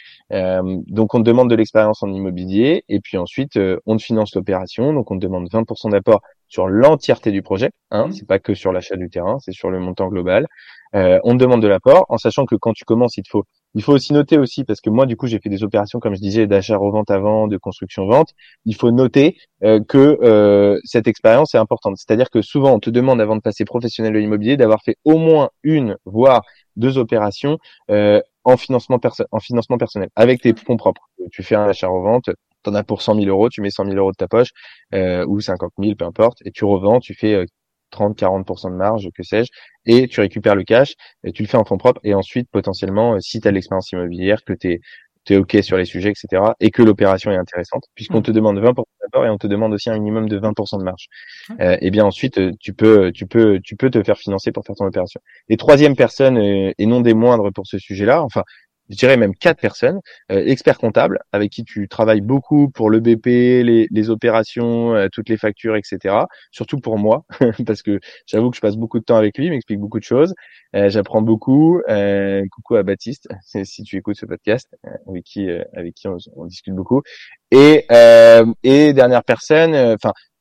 Euh, donc, on te demande de l'expérience en immobilier, et puis ensuite, euh, on te finance l'opération. Donc, on te demande vingt pour cent d'apport sur l'entièreté du projet. Hein, Mmh. c'est pas que sur l'achat du terrain, c'est sur le montant global. Euh, on te demande de l'apport, en sachant que quand tu commences, il te faut il faut aussi noter aussi, parce que moi, du coup, j'ai fait des opérations, comme je disais, d'achat-revente avant, de construction-vente. Il faut noter euh, que euh, cette expérience est importante. C'est-à-dire que souvent, on te demande, avant de passer professionnel de l'immobilier, d'avoir fait au moins une, voire deux opérations euh, en financement perso- en financement personnel, avec tes fonds propres. Tu fais un achat-revente, t'en as pour cent mille euros, tu mets cent mille euros de ta poche, euh, ou cinquante mille, peu importe, et tu revends, tu fais euh, trente, quarante pour cent de marge, que sais-je, et tu récupères le cash, et tu le fais en fonds propres, et ensuite, potentiellement, si tu as de l'expérience immobilière, que tu es OK sur les sujets, et cetera, et que l'opération est intéressante, puisqu'on Mmh. te demande vingt pour cent d'apport et on te demande aussi un minimum de vingt pour cent de marge. Ouais. Euh, et bien ensuite, euh, tu peux, tu peux, tu peux te faire financer pour faire ton opération. Et troisième personne, euh, et non des moindres pour ce sujet-là, enfin, je dirais même quatre personnes, euh, expert comptable, avec qui tu travailles beaucoup pour le B P, les, les opérations, euh, toutes les factures, et cetera. Surtout pour moi, parce que j'avoue que je passe beaucoup de temps avec lui, il m'explique beaucoup de choses. Euh, j'apprends beaucoup. Euh, coucou à Baptiste, si tu écoutes ce podcast, euh, avec qui, euh, avec qui on, on discute beaucoup. Et, euh, et dernière personne, enfin, euh,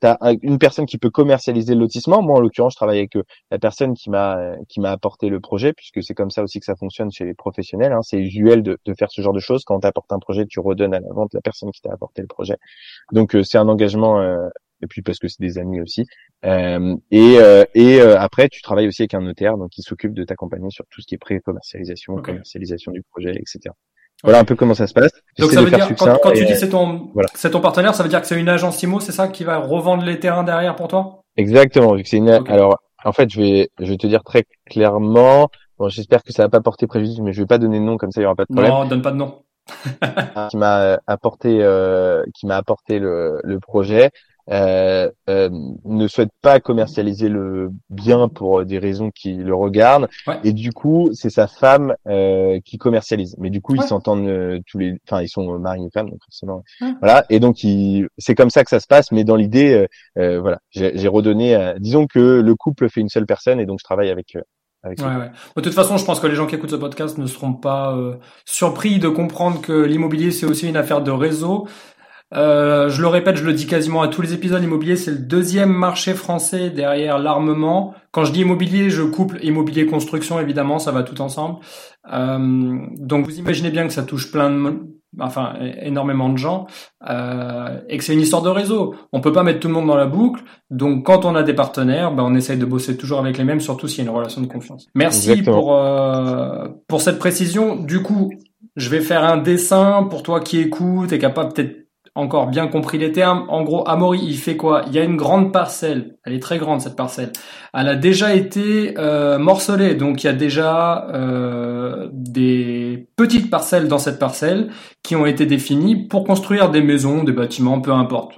t'as un, une personne qui peut commercialiser le lotissement. Moi, en l'occurrence, je travaille avec euh, la personne qui m'a qui m'a apporté le projet, puisque c'est comme ça aussi que ça fonctionne chez les professionnels. Hein. C'est usuel de, de faire ce genre de choses. Quand t'apportes un projet, tu redonnes à la vente la personne qui t'a apporté le projet. Donc, euh, c'est un engagement. Euh, et puis parce que c'est des amis aussi. Euh, et euh, et euh, après, tu travailles aussi avec un notaire, donc qui s'occupe de t'accompagner sur tout ce qui est pré-commercialisation, Okay. commercialisation du projet, et cetera. Voilà un peu comment ça se passe. Donc J'essaie ça de veut faire dire, succinct quand, quand tu et, dis c'est ton, voilà. c'est ton partenaire, ça veut dire que c'est une agence IMO, c'est ça, qui va revendre les terrains derrière pour toi? Exactement, vu que c'est une. Okay. Alors, en fait, je vais, je vais te dire très clairement. Bon, j'espère que ça va pas porter préjudice, mais je vais pas donner de nom, comme ça il y aura pas de problème. Non, donne pas de nom. Qui m'a apporté, euh, qui m'a apporté le, le projet. Euh, euh, ne souhaite pas commercialiser le bien pour des raisons qui le regardent, ouais. Et du coup c'est sa femme euh, qui commercialise, mais du coup ils ouais. s'entendent euh, tous les, enfin ils sont mari et femme, donc forcément ouais. voilà, et donc il... c'est comme ça que ça se passe, mais dans l'idée euh, euh, voilà, j'ai, j'ai redonné, euh... disons que le couple fait une seule personne, et donc je travaille avec euh, avec ouais, ouais. De toute façon, je pense que les gens qui écoutent ce podcast ne seront pas euh, surpris de comprendre que l'immobilier c'est aussi une affaire de réseau. Euh, je le répète, je le dis quasiment à tous les épisodes, l'immobilier c'est le deuxième marché français derrière l'armement. Quand je dis immobilier, je couple immobilier construction, évidemment, ça va tout ensemble. Euh, donc vous imaginez bien que ça touche plein de, enfin énormément de gens, euh, et que c'est une histoire de réseau. On peut pas mettre tout le monde dans la boucle. Donc quand on a des partenaires, ben on essaye de bosser toujours avec les mêmes, surtout s'il y a une relation de confiance. Merci Exactement. pour euh, pour cette précision. Du coup, je vais faire un dessin pour toi qui écoute et capable peut-être encore bien compris les termes. En gros, Amaury, il fait quoi? Il y a une grande parcelle. Elle est très grande, cette parcelle. Elle a déjà été euh, morcelée. Donc, il y a déjà euh, des petites parcelles dans cette parcelle qui ont été définies pour construire des maisons, des bâtiments, peu importe.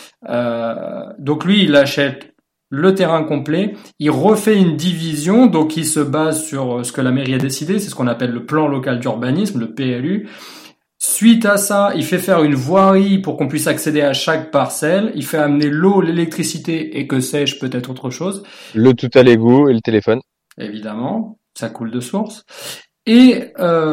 Euh, donc, lui, il achète le terrain complet. Il refait une division. Donc, il se base sur ce que la mairie a décidé. C'est ce qu'on appelle le plan local d'urbanisme, le P L U. Suite à ça, il fait faire une voirie pour qu'on puisse accéder à chaque parcelle. Il fait amener l'eau, l'électricité et que sais-je, peut-être autre chose. Le tout à l'égout et le téléphone. Évidemment, ça coule de source. Et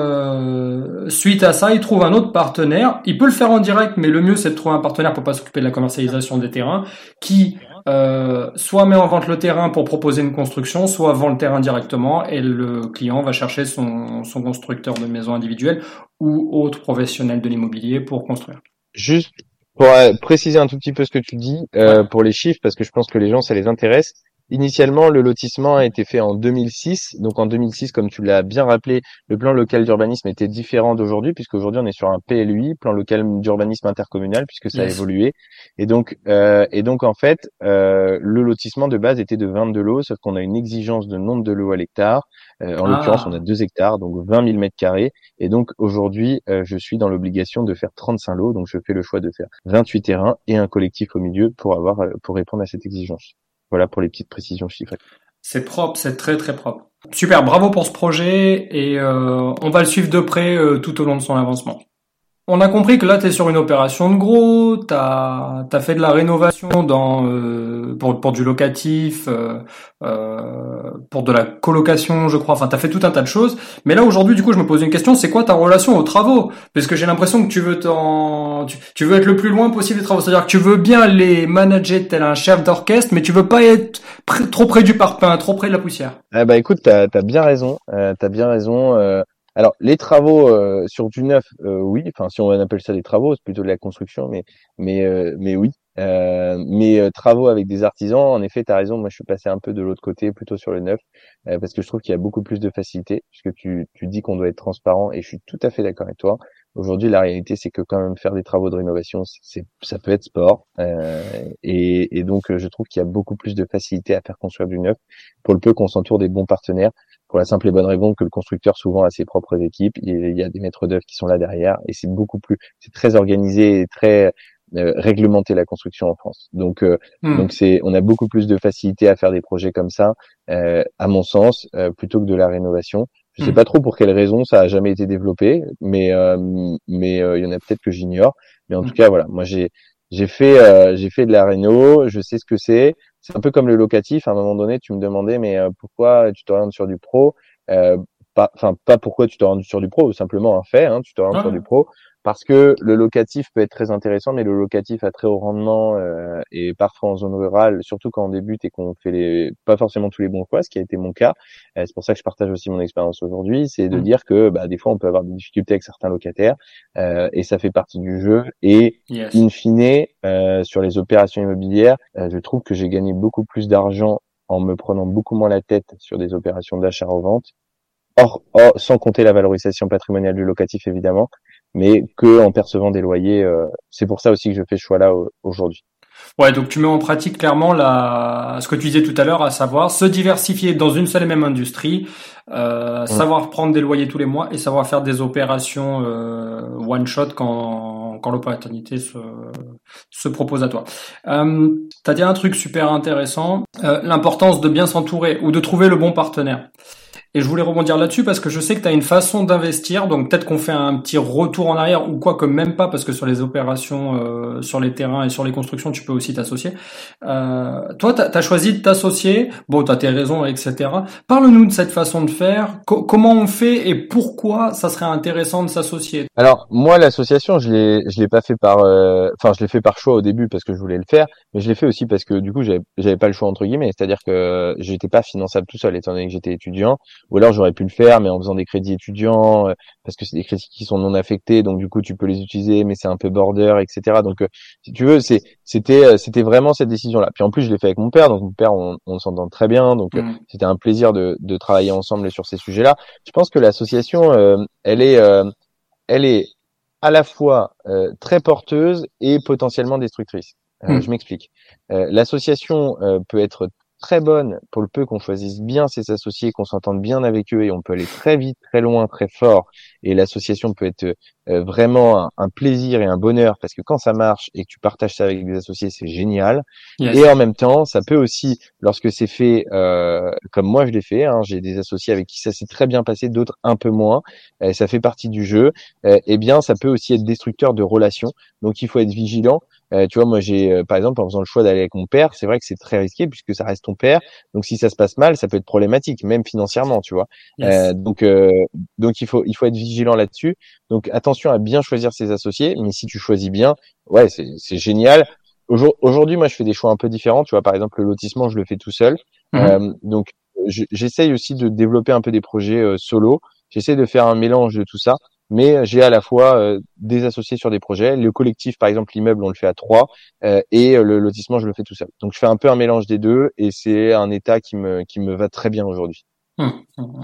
euh, suite à ça, il trouve un autre partenaire. Il peut le faire en direct, mais le mieux, c'est de trouver un partenaire pour pas s'occuper de la commercialisation des terrains, qui euh, soit met en vente le terrain pour proposer une construction, soit vend le terrain directement et le client va chercher son, son constructeur de maison individuelle ou autre professionnel de l'immobilier pour construire. Juste pour euh, préciser un tout petit peu ce que tu dis, euh, ouais. pour les chiffres, parce que je pense que les gens, ça les intéresse. Initialement, le lotissement a été fait en deux mille six. Donc en deux mille six, comme tu l'as bien rappelé, le plan local d'urbanisme était différent d'aujourd'hui, puisqu'aujourd'hui on est sur un P L U I, plan local d'urbanisme intercommunal, puisque ça yes. a évolué. Et donc, euh, et donc en fait, euh, le lotissement de base était de vingt-deux lots, sauf qu'on a une exigence de nombre de lots à l'hectare. Euh, en ah. l'occurrence, on a deux hectares, donc vingt mille mètres carrés. Et donc aujourd'hui, euh, je suis dans l'obligation de faire trente-cinq lots. Donc je fais le choix de faire vingt-huit terrains et un collectif au milieu pour avoir, pour répondre à cette exigence. Voilà pour les petites précisions chiffrées. C'est propre, c'est très très propre. Super, bravo pour ce projet et euh, on va le suivre de près euh, tout au long de son avancement. On a compris que là, tu es sur une opération de gros, tu as fait de la rénovation dans euh, pour, pour du locatif, euh, euh, pour de la colocation, je crois. Enfin, tu as fait tout un tas de choses. Mais là, aujourd'hui, du coup, je me pose une question, c'est quoi ta relation aux travaux? Parce que j'ai l'impression que tu veux t'en, tu, tu veux être le plus loin possible des travaux. C'est-à-dire que tu veux bien les manager tel un chef d'orchestre, mais tu veux pas être pr- trop près du parpaing, trop près de la poussière. Ah bah écoute, t'as as bien raison, euh, t'as bien raison. Euh... Alors les travaux euh, sur du neuf, euh, oui. Enfin, si on appelle ça des travaux, c'est plutôt de la construction, mais mais euh, mais oui. Euh, mais euh, travaux avec des artisans, en effet, t'as raison. Moi, je suis passé un peu de l'autre côté, plutôt sur le neuf, euh, parce que je trouve qu'il y a beaucoup plus de facilité, puisque tu tu dis qu'on doit être transparent, et je suis tout à fait d'accord avec toi. Aujourd'hui, la réalité, c'est que quand même faire des travaux de rénovation, c'est ça peut être sport, euh, et et donc je trouve qu'il y a beaucoup plus de facilité à faire construire du neuf, pour le peu qu'on s'entoure des bons partenaires. Pour la simple et bonne raison que le constructeur souvent a ses propres équipes, il y a des maîtres d'œuvre qui sont là derrière, et c'est beaucoup plus, c'est très organisé et très euh, réglementé la construction en France. Donc, euh, mmh. donc c'est, on a beaucoup plus de facilité à faire des projets comme ça, euh, à mon sens, euh, plutôt que de la rénovation. Je sais mmh. pas trop pour quelles raisons ça a jamais été développé, mais euh, mais il euh, y en a peut-être que j'ignore. Mais en mmh. tout cas, voilà, moi j'ai j'ai fait euh, j'ai fait de la réno, je sais ce que c'est. C'est un peu comme le locatif. À un moment donné, tu me demandais, mais euh, pourquoi tu t'orientes sur du pro euh, Pas, enfin, pas pourquoi tu t'orientes sur du pro, simplement un fait. Hein, tu t'orientes ah. sur du pro. parce que le locatif peut être très intéressant, mais le locatif à très haut rendement euh, et parfois en zone rurale, surtout quand on débute et qu'on fait les pas forcément tous les bons choix, ce qui a été mon cas. Euh, c'est pour ça que je partage aussi mon expérience aujourd'hui, c'est de Mmh. dire que bah, des fois on peut avoir des difficultés avec certains locataires euh, et ça fait partie du jeu. Et Yes. in fine, euh, sur les opérations immobilières, euh, je trouve que j'ai gagné beaucoup plus d'argent en me prenant beaucoup moins la tête sur des opérations d'achat-revente. Or, or, sans compter la valorisation patrimoniale du locatif évidemment, mais que en percevant des loyers. Euh, c'est pour ça aussi que je fais ce choix-là euh, aujourd'hui. Ouais, donc tu mets en pratique clairement la, ce que tu disais tout à l'heure, à savoir se diversifier dans une seule et même industrie, euh, Mmh. savoir prendre des loyers tous les mois et savoir faire des opérations euh, one shot quand quand l'opportunité se se propose à toi. Euh, t'as dit un truc super intéressant, euh, l'importance de bien s'entourer ou de trouver le bon partenaire. Et je voulais rebondir là-dessus parce que je sais que tu as une façon d'investir, donc peut-être qu'on fait un petit retour en arrière ou quoi que même pas, parce que sur les opérations, euh, sur les terrains et sur les constructions, tu peux aussi t'associer. Euh, toi, tu as choisi de t'associer, bon, tu as tes raisons, et cetera. Parle-nous de cette façon de faire, Co- comment on fait et pourquoi ça serait intéressant de s'associer. Alors moi, l'association, je l'ai, je l'ai pas fait par, euh, enfin, je l'ai fait par choix au début parce que je voulais le faire, mais je l'ai fait aussi parce que du coup, j'avais, j'avais pas le choix entre guillemets, c'est-à-dire que j'étais pas finançable tout seul étant donné que j'étais étudiant, ou alors j'aurais pu le faire, mais en faisant des crédits étudiants, euh, parce que c'est des crédits qui sont non affectés, donc du coup, tu peux les utiliser, mais c'est un peu border, et cetera. Donc, euh, si tu veux, c'est, c'était, euh, c'était vraiment cette décision-là. Puis en plus, je l'ai fait avec mon père, donc mon père, on, on s'entend très bien, donc euh, Mmh. c'était un plaisir de, de travailler ensemble sur ces sujets-là. Je pense que l'association, euh, elle est euh, elle est à la fois euh, très porteuse et potentiellement destructrice. Euh, Mmh. je m'explique. Euh, l'association euh, peut être très bonne pour le peu qu'on choisisse bien ses associés, qu'on s'entende bien avec eux et on peut aller très vite, très loin, très fort. Et l'association peut être euh, vraiment un, un plaisir et un bonheur parce que quand ça marche et que tu partages ça avec des associés, c'est génial. Yes. Et en même temps, ça peut aussi, lorsque c'est fait euh, comme moi je l'ai fait, hein, j'ai des associés avec qui ça s'est très bien passé, d'autres un peu moins. Euh, ça fait partie du jeu. Euh, eh bien, ça peut aussi être destructeur de relations. Donc, il faut être vigilant. Euh, tu vois, moi, j'ai, euh, par exemple, en faisant le choix d'aller avec mon père, c'est vrai que c'est très risqué puisque ça reste ton père. Donc, si ça se passe mal, ça peut être problématique, même financièrement, tu vois. Yes. Euh, donc, euh, donc, il faut, il faut être vigilant là-dessus. Donc, attention à bien choisir ses associés. Mais si tu choisis bien, ouais, c'est, c'est génial. Aujourd- Aujourd'hui, moi, je fais des choix un peu différents. Tu vois, par exemple, le lotissement, je le fais tout seul. Mmh. Euh, donc, je- j'essaye aussi de développer un peu des projets euh, solo. J'essaie de faire un mélange de tout ça. Mais j'ai à la fois euh, des associés sur des projets. Le collectif, par exemple, l'immeuble, on le fait à trois, euh, et euh, le lotissement, je le fais tout seul. Donc, je fais un peu un mélange des deux, et c'est un état qui me qui me va très bien aujourd'hui. Mmh. Mmh.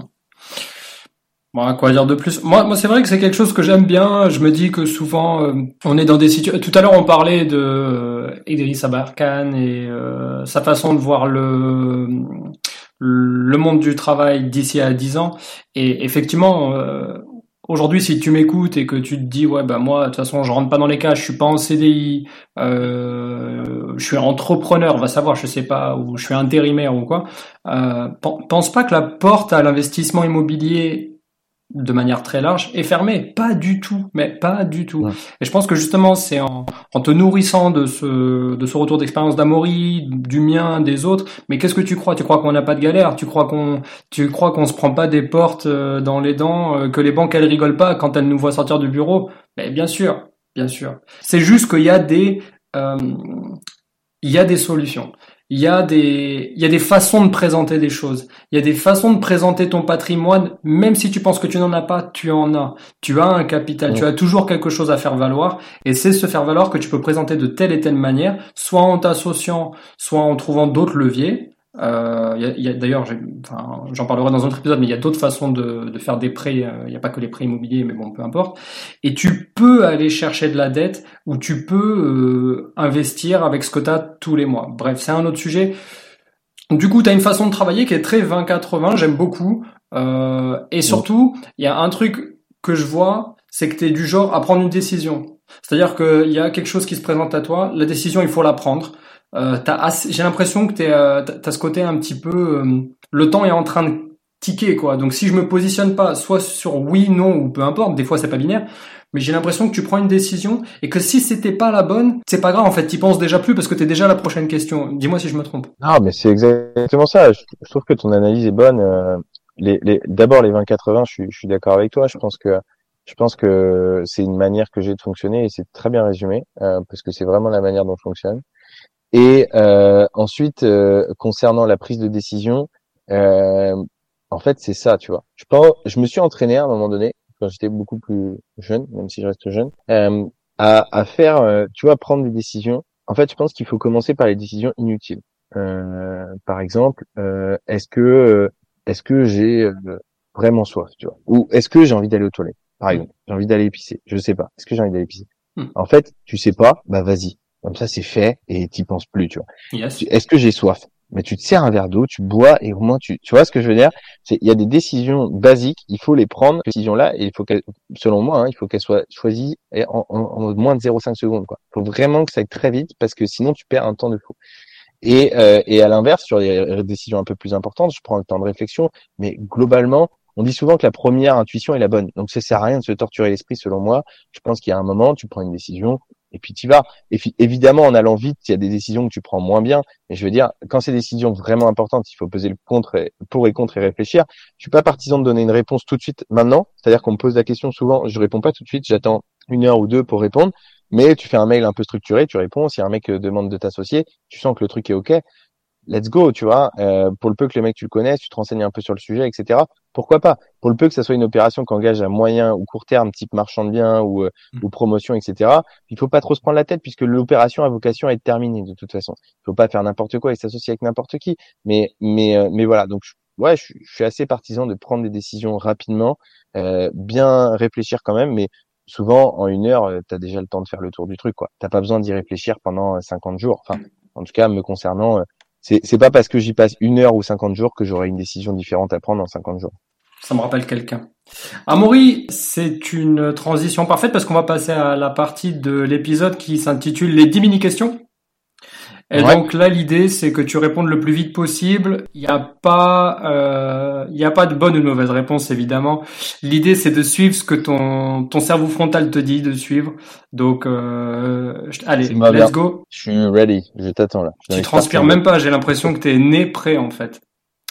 Bon, quoi dire de plus? Moi, moi, c'est vrai que c'est quelque chose que j'aime bien. Je me dis que souvent, euh, on est dans des situations. Tout à l'heure, on parlait de euh, Idriss Abarkan et euh, sa façon de voir le le monde du travail d'ici à dix ans. Et effectivement, euh, aujourd'hui, si tu m'écoutes et que tu te dis, ouais, bah moi, de toute façon, je rentre pas dans les cases, je suis pas en C D I, euh, je suis entrepreneur, va savoir, je sais pas, ou je suis intérimaire ou quoi. Euh, pense pas que la porte à l'investissement immobilier de manière très large est fermée. Pas du tout, mais pas du tout. Ouais. Et je pense que justement, c'est en, en te nourrissant de ce, de ce retour d'expérience d'Amaury, du mien, des autres. Mais qu'est-ce que tu crois? Tu crois qu'on n'a pas de galère? Tu crois qu'on, tu crois qu'on se prend pas des portes euh, dans les dents, euh, que les banques elles rigolent pas quand elles nous voient sortir du bureau? Mais bien sûr, bien sûr. C'est juste qu'il y a des, euh, il y a des solutions. Il y a des, il y a des façons de présenter des choses. Il y a des façons de présenter ton patrimoine, même si tu penses que tu n'en as pas, tu en as. Tu as un capital, Ouais. tu as toujours quelque chose à faire valoir, et c'est ce faire valoir que tu peux présenter de telle et telle manière, soit en t'associant, soit en trouvant d'autres leviers. Euh, il y a, il y a d'ailleurs, j'ai- enfin, j'en parlerai dans un autre épisode, mais il y a d'autres façons de, de faire des prêts. euh, Il n'y a pas que les prêts immobiliers, mais bon, peu importe. Et tu peux aller chercher de la dette ou tu peux euh, investir avec ce que tu as tous les mois. Bref, c'est un autre sujet. Du coup, tu as une façon de travailler qui est très vingt quatre-vingts, j'aime beaucoup. Euh, et surtout, il y a un truc que je vois, c'est que tu es du genre à prendre une décision. C'est-à-dire qu'il y a quelque chose qui se présente à toi, la décision, il faut la prendre. Euh, t'as assez, j'ai l'impression que t'es, euh, t'as, t'as ce côté un petit peu, euh, le temps est en train de ticker, quoi. Donc si je me positionne pas, soit sur oui, non ou peu importe, des fois c'est pas binaire, mais j'ai l'impression que tu prends une décision et que si c'était pas la bonne, c'est pas grave en fait, t'y penses déjà plus parce que t'es déjà à la prochaine question. Dis-moi si je me trompe. Non, mais c'est exactement ça. Je, je trouve que ton analyse est bonne. Euh, les, les, d'abord les vingt quatre-vingts, je suis, je suis d'accord avec toi. Je pense que Je pense que c'est une manière que j'ai de fonctionner et c'est très bien résumé euh, parce que c'est vraiment la manière dont je fonctionne. Et euh, ensuite, euh, concernant la prise de décision, euh, en fait, c'est ça, tu vois. Je pense, je me suis entraîné à un moment donné, quand j'étais beaucoup plus jeune, même si je reste jeune, euh, à, à faire, euh, tu vois, prendre des décisions. En fait, je pense qu'il faut commencer par les décisions inutiles. Euh, par exemple, euh, est-ce que euh, est-ce que j'ai euh, vraiment soif, tu vois, ou est-ce que j'ai envie d'aller aux toilettes, par exemple, j'ai envie d'aller pisser, je sais pas, est-ce que j'ai envie d'aller pisser. Mm. En fait, tu sais pas, bah vas-y. Comme ça, c'est fait et t'y penses plus, tu vois. Yes. Est-ce que j'ai soif? Mais tu te sers un verre d'eau, tu bois et au moins tu, tu vois ce que je veux dire? C'est, il y a des décisions basiques, il faut les prendre, ces décisions-là, et il faut qu'elles, selon moi, hein, il faut qu'elles soient choisies en, en, en moins de zéro virgule cinq secondes, quoi. Il faut vraiment que ça aille très vite parce que sinon tu perds un temps de fou. Et, euh, et à l'inverse, sur les décisions un peu plus importantes, je prends le temps de réflexion, mais globalement, on dit souvent que la première intuition est la bonne. Donc ça sert à rien de se torturer l'esprit, selon moi. Je pense qu'il y a un moment, tu prends une décision, et puis tu y vas. Et puis, évidemment, en allant vite, il y a des décisions que tu prends moins bien. Mais je veux dire, quand c'est des décisions vraiment importantes, il faut peser le contre et, pour et contre et réfléchir. Je suis pas partisan de donner une réponse tout de suite maintenant. C'est-à-dire qu'on me pose la question souvent, je réponds pas tout de suite, j'attends une heure ou deux pour répondre. Mais tu fais un mail un peu structuré, tu réponds. Si un mec demande de t'associer, tu sens que le truc est OK. Let's go, tu vois. Euh, pour le peu que le mec tu le connaisses, tu te renseignes un peu sur le sujet, et cetera. Pourquoi pas? Pour le peu que ça soit une opération qui engage à moyen ou court terme, type marchand de biens ou, euh, Mm. ou promotion, et cetera. Il faut pas trop se prendre la tête puisque l'opération a vocation à être terminée de toute façon. Il faut pas faire n'importe quoi et s'associer avec n'importe qui. Mais mais euh, mais voilà. Donc je, ouais, je, je suis assez partisan de prendre des décisions rapidement, euh, bien réfléchir quand même, mais souvent en une heure, tu as déjà le temps de faire le tour du truc, quoi. T'as pas besoin d'y réfléchir pendant cinquante jours. Enfin, en tout cas, me concernant. Euh, C'est, c'est pas parce que j'y passe une heure ou cinquante jours que j'aurai une décision différente à prendre en cinquante jours. Ça me rappelle quelqu'un. Amaury, c'est une transition parfaite parce qu'on va passer à la partie de l'épisode qui s'intitule les dix mini-questions. Et Ouais. donc là, l'idée, c'est que tu répondes le plus vite possible. Il n'y a pas, euh, il y a pas de bonne ou de mauvaise réponse, évidemment. L'idée, c'est de suivre ce que ton, ton cerveau frontal te dit de suivre. Donc, euh, je- allez, C'est ma let's bien. go. Je suis ready. Je t'attends là. Je Tu n'arrive pas à transpires répondre. même pas. J'ai l'impression que t'es né prêt, en fait.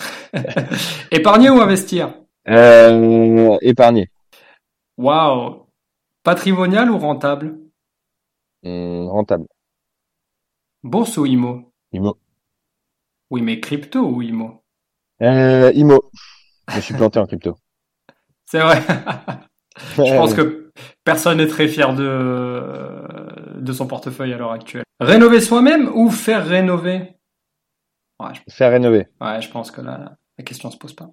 Épargner ou investir? Euh, épargner. Waouh. Patrimonial ou rentable? Hum, rentable. Bourse ou I M O? I M O. Oui, mais crypto ou I M O? Euh, I M O. Je me suis planté en crypto. C'est vrai. Je pense que personne n'est très fier de, de son portefeuille à l'heure actuelle. Rénover soi-même ou faire rénover? Ouais, je, Faire rénover. ouais, je pense que là, la question se pose pas.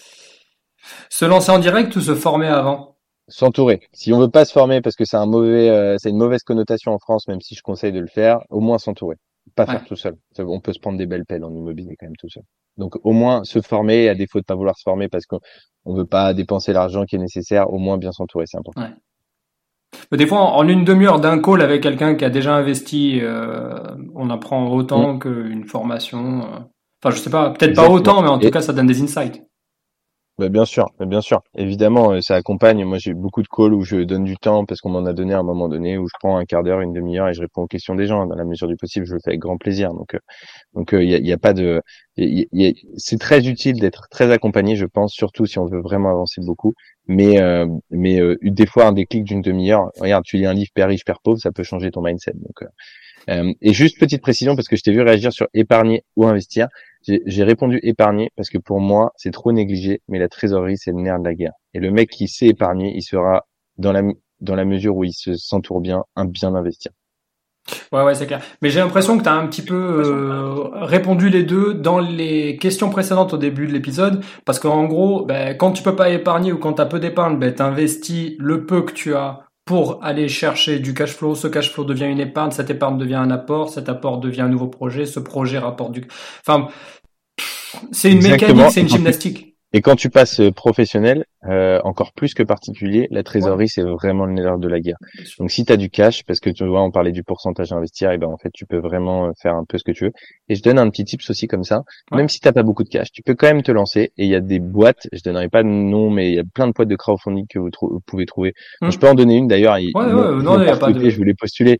Se lancer en direct ou se former avant? S'entourer. Si on veut pas se former parce que c'est un mauvais, euh, c'est une mauvaise connotation en France, même si je conseille de le faire, au moins s'entourer. Pas faire Ouais. tout seul. Ça, on peut se prendre des belles pelles en immobilier quand même tout seul. Donc au moins se former, à défaut de pas vouloir se former parce qu'on on veut pas dépenser l'argent qui est nécessaire, au moins bien s'entourer, c'est important. Ouais. Mais des fois, en en une demi-heure d'un call avec quelqu'un qui a déjà investi, euh, on apprend autant qu'une formation. euh. Enfin, je sais pas, peut-être pas Exactement. autant, mais en tout Et- cas, ça donne des insights. Bah, bien sûr, bah, bien sûr. Évidemment, euh, ça accompagne. Moi, j'ai eu beaucoup de calls où je donne du temps parce qu'on m'en a donné à un moment donné où je prends un quart d'heure, une demi-heure et je réponds aux questions des gens. Dans la mesure du possible, je le fais avec grand plaisir. Donc, euh, donc, il y a, y a pas de, y a- y a- c'est très utile d'être très accompagné, je pense, surtout si on veut vraiment avancer beaucoup. Mais, euh, mais euh, des fois, un déclic d'une demi-heure. Regarde, tu lis un livre Père riche, Père pauvre, ça peut changer ton mindset. Donc, euh, euh, et juste petite précision parce que je t'ai vu réagir sur épargner ou investir. J'ai, j'ai répondu épargner parce que pour moi, c'est trop négligé, mais la trésorerie, c'est le nerf de la guerre. Et le mec qui sait épargner, il sera dans la, dans la mesure où il se s'entoure bien, un bien investir. Ouais, ouais, c'est clair. Mais j'ai l'impression que tu as un petit peu euh, répondu les deux dans les questions précédentes au début de l'épisode, parce qu'en gros, ben, quand tu peux pas épargner ou quand tu as peu d'épargne, ben, tu investis le peu que tu as pour aller chercher du cash flow. Ce cash flow devient une épargne, cette épargne devient un apport, cet apport devient un nouveau projet, ce projet rapporte du... Enfin, c'est une Exactement. mécanique, c'est une gymnastique. Et quand tu passes professionnel, euh, encore plus que particulier, la trésorerie, ouais. c'est vraiment le nerf de la guerre. Donc si tu as du cash, parce que tu vois, on parlait du pourcentage à investir, et ben en fait, tu peux vraiment faire un peu ce que tu veux. Et je donne un petit tips aussi comme ça. Ouais. Même si t'as pas beaucoup de cash, tu peux quand même te lancer. Et il y a des boîtes, je donnerai pas de nom, mais il y a plein de boîtes de crowdfunding que vous, trou- vous pouvez trouver. Hum. Je peux en donner une d'ailleurs. Ouais, ouais, non, il y a pas de... Je voulais postuler.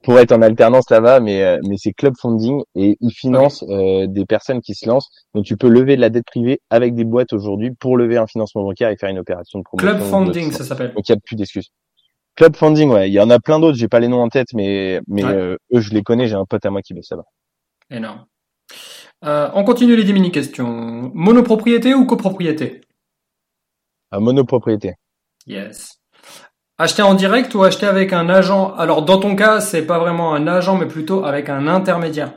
pour être en alternance là-bas, mais euh, mais c'est club funding et ils financent euh, des personnes qui se lancent. Donc tu peux lever de la dette privée avec des boîtes aujourd'hui pour lever un financement bancaire et faire une opération de promotion. Club funding, ça s'appelle. Donc il y a plus d'excuses. Club funding, ouais, il y en a plein d'autres, j'ai pas les noms en tête, mais mais ouais. euh, eux je les connais, j'ai un pote à moi qui bosse là-bas. Énorme. Euh, on continue les dix mini questions. Monopropriété ou copropriété? À monopropriété. Yes. Acheter en direct ou acheter avec un agent? Alors dans ton cas, c'est pas vraiment un agent, mais plutôt avec un intermédiaire.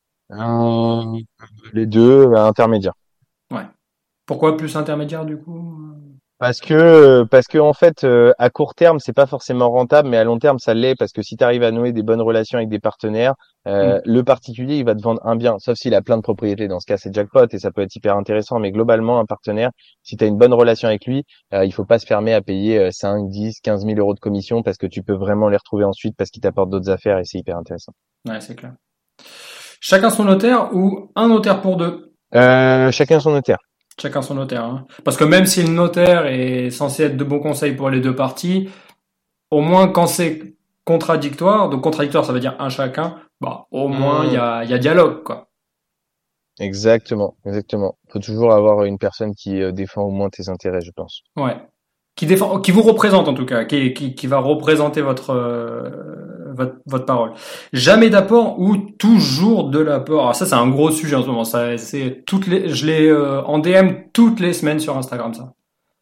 Euh, les deux, intermédiaires. Ouais. Pourquoi plus intermédiaire du coup? Parce que parce que en fait euh, à court terme c'est pas forcément rentable, mais à long terme ça l'est parce que si tu arrives à nouer des bonnes relations avec des partenaires, euh, mmh. le particulier il va te vendre un bien, sauf s'il a plein de propriétés. Dans ce cas c'est jackpot et ça peut être hyper intéressant, mais globalement un partenaire, si tu as une bonne relation avec lui, euh, il faut pas se fermer à payer euh, cinq, dix, quinze mille euros de commission parce que tu peux vraiment les retrouver ensuite parce qu'il t'apporte d'autres affaires et c'est hyper intéressant. Ouais, c'est clair. Chacun son notaire ou un notaire pour deux? Euh, chacun son notaire. Chacun son notaire. Hein. Parce que même si le notaire est censé être de bons conseils pour les deux parties, au moins quand c'est contradictoire, donc contradictoire ça veut dire un chacun, bah au moins il mmh. y a, y a dialogue quoi. Exactement, exactement. Faut toujours avoir une personne qui euh, défend au moins tes intérêts, je pense. Ouais. Qui défend, qui vous représente en tout cas, qui qui, qui va représenter votre euh, votre votre parole. Jamais d'apport ou toujours de l'apport. Alors ça c'est un gros sujet en ce moment. Ça c'est toutes les, je l'ai euh, en D M toutes les semaines sur Instagram ça.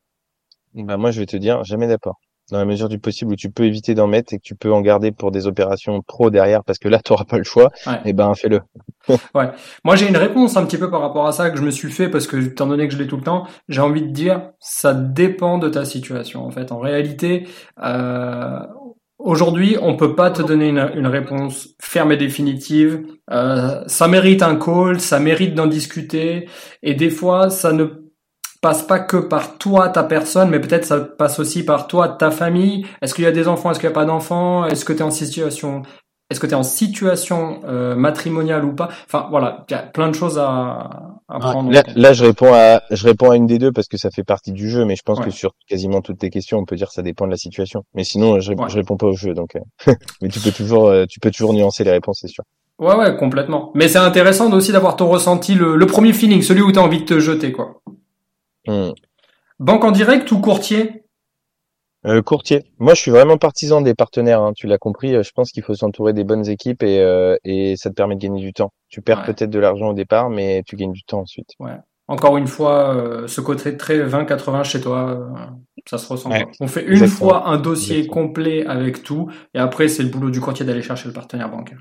Bah moi je vais te dire jamais d'apport. Dans la mesure du possible où tu peux éviter d'en mettre et que tu peux en garder pour des opérations pro derrière parce que là tu n'auras pas le choix, ouais. Et ben fais-le. Ouais. Moi j'ai une réponse un petit peu par rapport à ça que je me suis fait parce que étant donné que je l'ai tout le temps, j'ai envie de dire ça dépend de ta situation en fait. En réalité, euh, aujourd'hui on peut pas te donner une, une réponse ferme et définitive. Euh, ça mérite un call, ça mérite d'en discuter et des fois ça ne passe pas que par toi, ta personne, mais peut-être ça passe aussi par toi, ta famille. Est-ce qu'il y a des enfants? Est-ce qu'il n'y a pas d'enfants? Est-ce que tu es en situation, est-ce que tu es en situation euh, matrimoniale ou pas? Enfin, voilà, il y a plein de choses à, à prendre. Là, là, je réponds à, je réponds à une des deux parce que ça fait partie du jeu, mais je pense ouais. que sur quasiment toutes tes questions, on peut dire que ça dépend de la situation. Mais sinon, je, ouais. je réponds pas au jeu, donc. Mais tu peux toujours, tu peux toujours nuancer les réponses, c'est sûr. Ouais, ouais, complètement. Mais c'est intéressant aussi d'avoir ton ressenti, le, le premier feeling, celui où tu as envie de te jeter, quoi. Mmh. Banque en direct ou courtier? euh, Courtier. Moi, je suis vraiment partisan des partenaires. Hein. Tu l'as compris. Je pense qu'il faut s'entourer des bonnes équipes et, euh, et ça te permet de gagner du temps. Tu perds ouais. peut-être de l'argent au départ, mais tu gagnes du temps ensuite. Ouais. Encore une fois, euh, ce côté très vingt quatre-vingts chez toi, euh, ça se ressent. Ouais. On fait une Exactement. fois un dossier Exactement. complet avec tout, et après c'est le boulot du courtier d'aller chercher le partenaire bancaire.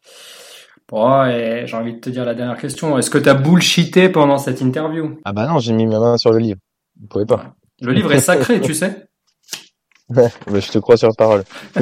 Bon, et j'ai envie de te dire la dernière question. Est-ce que tu as bullshité pendant cette interview? Ah bah non, j'ai mis ma main sur le livre. Vous pouvez pas. Ouais. Le livre est sacré, tu sais. Ouais, bah je te crois sur parole.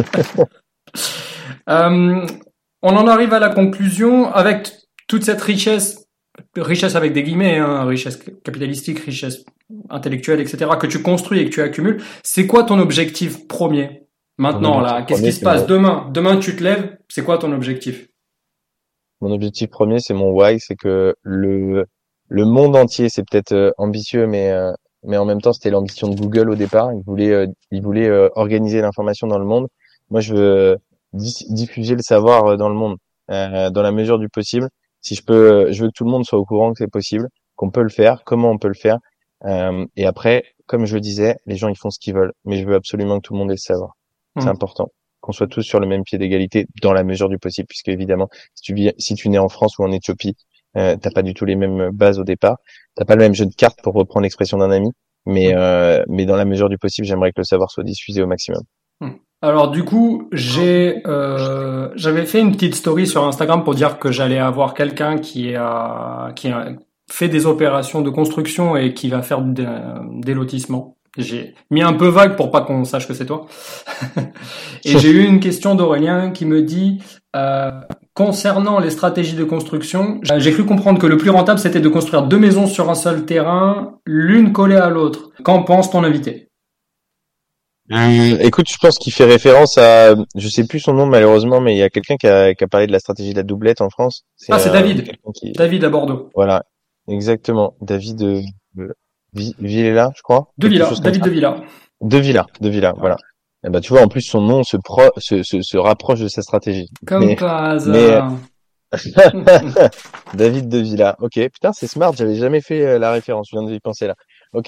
euh, on en arrive à la conclusion avec t- toute cette richesse, richesse avec des guillemets, hein, richesse capitalistique, richesse intellectuelle, et cetera, que tu construis et que tu accumules. C'est quoi ton objectif premier? Maintenant, là, qu'est-ce premier, qui se passe mon... demain? Demain, tu te lèves, c'est quoi ton objectif? Mon objectif premier, c'est mon why, c'est que le le monde entier, c'est peut-être euh, ambitieux, mais euh, mais en même temps, c'était l'ambition de Google au départ. Ils voulaient euh, ils voulaient euh, organiser l'information dans le monde. Moi, je veux euh, di- diffuser le savoir euh, dans le monde, euh, dans la mesure du possible. Si je peux, euh, je veux que tout le monde soit au courant que c'est possible, qu'on peut le faire, comment on peut le faire. Euh, et après, comme je le disais, les gens ils font ce qu'ils veulent, mais je veux absolument que tout le monde ait le savoir. Mmh. C'est important. Qu'on soit tous sur le même pied d'égalité dans la mesure du possible, puisque évidemment, si tu vis, si tu nais en France ou en Éthiopie, euh, t'as pas du tout les mêmes bases au départ, t'as pas le même jeu de cartes pour reprendre l'expression d'un ami, mais euh, mais dans la mesure du possible, j'aimerais que le savoir soit diffusé au maximum. Alors du coup, j'ai euh, j'avais fait une petite story sur Instagram pour dire que j'allais avoir quelqu'un qui a qui a fait des opérations de construction et qui va faire des, des lotissements. J'ai mis un peu vague pour pas qu'on sache que c'est toi. Et j'ai eu une question d'Aurélien qui me dit euh, concernant les stratégies de construction, j'ai cru comprendre que le plus rentable c'était de construire deux maisons sur un seul terrain, l'une collée à l'autre. Qu'en pense ton invité? Euh, écoute, je pense qu'il fait référence à, je sais plus son nom malheureusement, mais il y a quelqu'un qui a, qui a parlé de la stratégie de la doublette en France. C'est ah, c'est euh, David. Qui... David à Bordeaux. Voilà, exactement. David de euh, Villela, je crois. De Villa, David de Villa. De Villa, de Villa, voilà. Eh ben, tu vois, en plus, son nom se, pro, se, se, se rapproche de sa stratégie. Comme mais, par hasard. Mais... David de Villa. Ok, putain, c'est smart. J'avais jamais fait euh, la référence. Je viens de y penser là. Ok.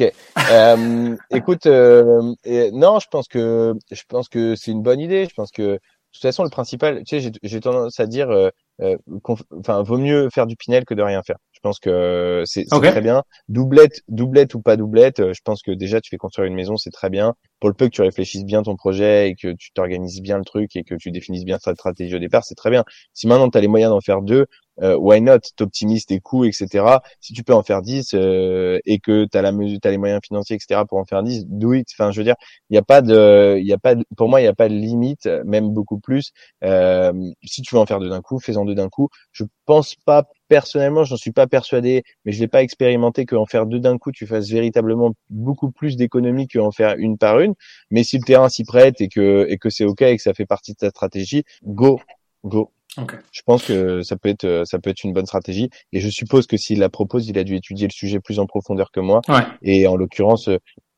Euh, écoute, euh, et, non, je pense que je pense que c'est une bonne idée. Je pense que de toute façon, le principal, tu sais, j'ai, j'ai tendance à dire, euh, euh, enfin, vaut mieux faire du Pinel que de rien faire. Je pense que c'est, c'est Ok. très bien. Doublette, doublette ou pas doublette, euh, je pense que déjà tu fais construire une maison, c'est très bien. Pour le peu que tu réfléchisses bien ton projet et que tu t'organises bien le truc et que tu définisses bien ta stratégie au départ, c'est très bien. Si maintenant tu as les moyens d'en faire deux, euh, why not? T'optimises tes coûts, et cetera. Si tu peux en faire dix euh, et que t'as la mesure, t'as les moyens financiers, et cetera pour en faire dix, do it. Enfin, je veux dire, il y a pas de, il y a pas, de, pour moi, il y a pas de limite, même beaucoup plus. Euh, si tu veux en faire deux d'un coup, fais-en deux d'un coup. Je pense pas personnellement, j'en suis pas persuadé, mais je l'ai pas expérimenté qu'en faire deux d'un coup, tu fasses véritablement beaucoup plus d'économies qu'en faire une par une. Mais si le terrain s'y prête et que et que c'est ok et que ça fait partie de ta stratégie, go, go. Okay. Je pense que ça peut être ça peut être une bonne stratégie et je suppose que s'il la propose, il a dû étudier le sujet plus en profondeur que moi. Ouais. Et en l'occurrence,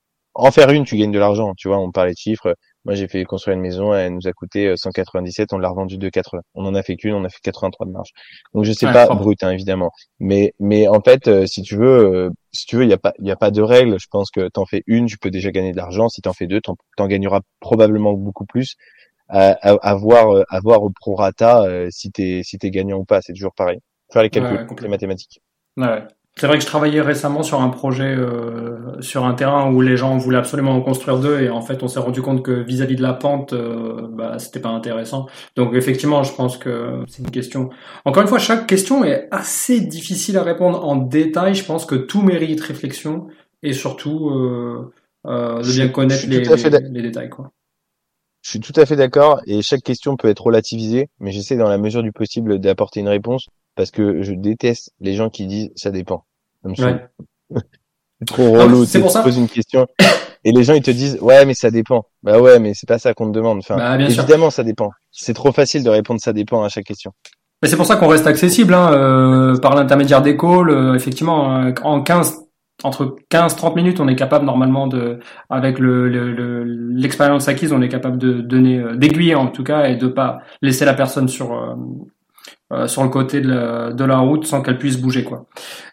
en faire une, tu gagnes de l'argent. Tu vois, on parlait de chiffres. Moi, j'ai fait construire une maison, elle nous a coûté cent quatre-vingt-dix-sept, on l'a revendue deux quatre-vingts. On en a fait qu'une, on a fait quatre-vingt-trois de marge. Donc je sais ouais, pas propre. brut, hein, évidemment. Mais mais en fait, euh, si tu veux, euh, si tu veux, il y a pas il y a pas de règle. Je pense que t'en fais une, tu peux déjà gagner de l'argent. Si t'en fais deux, t'en, t'en gagneras probablement beaucoup plus. À, à, à voir à voir au prorata euh, si t'es si t'es gagnant ou pas, c'est toujours pareil. Faire les calculs, ouais, c'est mathématique. Ouais. C'est vrai que je travaillais récemment sur un projet euh, sur un terrain où les gens voulaient absolument en construire deux et en fait on s'est rendu compte que vis-à-vis de la pente, euh, bah c'était pas intéressant. Donc effectivement, je pense que c'est une question. Encore une fois, chaque question est assez difficile à répondre en détail. Je pense que tout mérite réflexion et surtout euh, euh, de bien connaître les, les, les détails, quoi. Je suis tout à fait d'accord et chaque question peut être relativisée, mais j'essaie dans la mesure du possible d'apporter une réponse parce que je déteste les gens qui disent ça dépend. Ça me saoule. Ouais. C'est trop relou, tu te poses une question et les gens ils te disent ouais mais ça dépend. Bah ouais mais c'est pas ça qu'on te demande. Enfin bah, évidemment sûr. ça dépend. C'est trop facile de répondre ça dépend à chaque question. Mais c'est pour ça qu'on reste accessible hein, euh, par l'intermédiaire des calls. Euh, effectivement, euh, en quinze entre quinze trente minutes, on est capable normalement de, avec le, le, le l'expérience acquise, on est capable de donner, euh, d'aiguiller en tout cas, et de pas laisser la personne sur euh, euh, sur le côté de la, de la route sans qu'elle puisse bouger, quoi.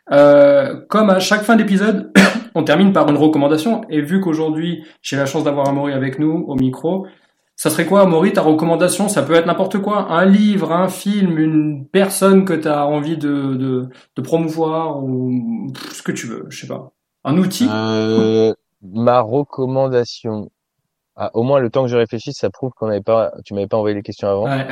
Euh, comme à chaque fin d'épisode, on termine par une recommandation. Et vu qu'aujourd'hui j'ai la chance d'avoir Amaury avec nous au micro, ça serait quoi, Amaury, ta recommandation? Ça peut être n'importe quoi, un livre, un film, une personne que tu as envie de, de, de promouvoir ou ce que tu veux, je sais pas. Un outil? Euh, ma recommandation. Ah, au moins le temps que je réfléchisse, ça prouve qu'on n'avait pas, tu m'avais pas envoyé les questions avant. Ouais.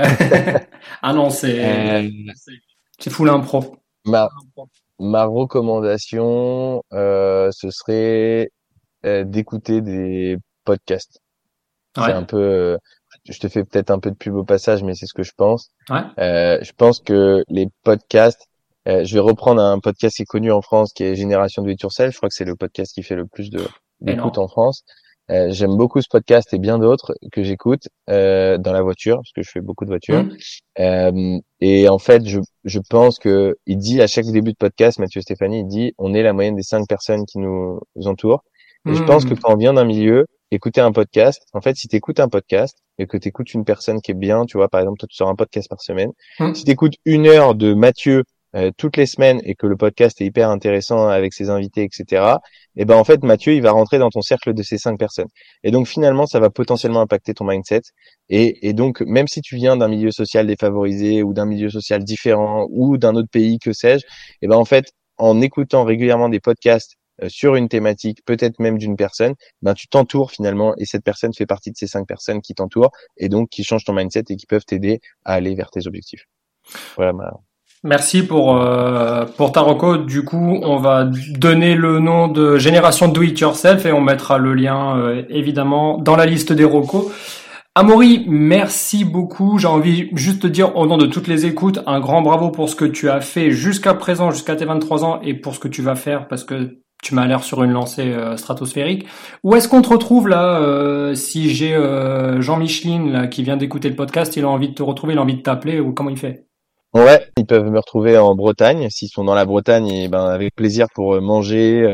Ah non, c'est, euh... c'est full impro. Ma, ma recommandation, euh, ce serait euh, d'écouter des podcasts. Ouais. C'est un peu, euh, je te fais peut-être un peu de pub au passage, mais c'est ce que je pense. Ouais. Euh, je pense que les podcasts, euh, je vais reprendre un podcast qui est connu en France, qui est Génération Do It Yourself. Je crois que c'est le podcast qui fait le plus de d'écoute en France. Euh, j'aime beaucoup ce podcast et bien d'autres que j'écoute euh, dans la voiture, parce que je fais beaucoup de voitures. Mmh. Euh, et en fait, je, je pense que il dit à chaque début de podcast, Mathieu Stéphanie, il dit on est la moyenne des cinq personnes qui nous entourent. Et mmh. je pense que quand on vient d'un milieu, écouter un podcast, en fait, si tu écoutes un podcast et que tu écoutes une personne qui est bien, tu vois, par exemple, toi, tu sors un podcast par semaine. Mmh. Si tu écoutes une heure de Mathieu euh, toutes les semaines et que le podcast est hyper intéressant avec ses invités, et cetera, et ben en fait, Mathieu, il va rentrer dans ton cercle de ces cinq personnes. Et donc, finalement, ça va potentiellement impacter ton mindset. Et, et donc, même si tu viens d'un milieu social défavorisé ou d'un milieu social différent ou d'un autre pays, que sais-je, et ben en fait, en écoutant régulièrement des podcasts sur une thématique, peut-être même d'une personne, ben tu t'entoures finalement et cette personne fait partie de ces cinq personnes qui t'entourent et donc qui changent ton mindset et qui peuvent t'aider à aller vers tes objectifs. Voilà. Ma... Merci pour euh, pour ta reco. Du coup, on va donner le nom de Génération Do It Yourself et on mettra le lien euh, évidemment dans la liste des recos. Amaury, merci beaucoup. J'ai envie juste de dire au nom de toutes les écoutes, un grand bravo pour ce que tu as fait jusqu'à présent, jusqu'à tes vingt-trois ans et pour ce que tu vas faire parce que tu m'as l'air sur une lancée euh, stratosphérique. Où est-ce qu'on te retrouve là euh, si j'ai euh, Jean Micheline là qui vient d'écouter le podcast, il a envie de te retrouver, il a envie de t'appeler ou comment il fait? Ouais, ils peuvent me retrouver en Bretagne. S'ils sont dans la Bretagne, et ben avec plaisir pour manger, euh,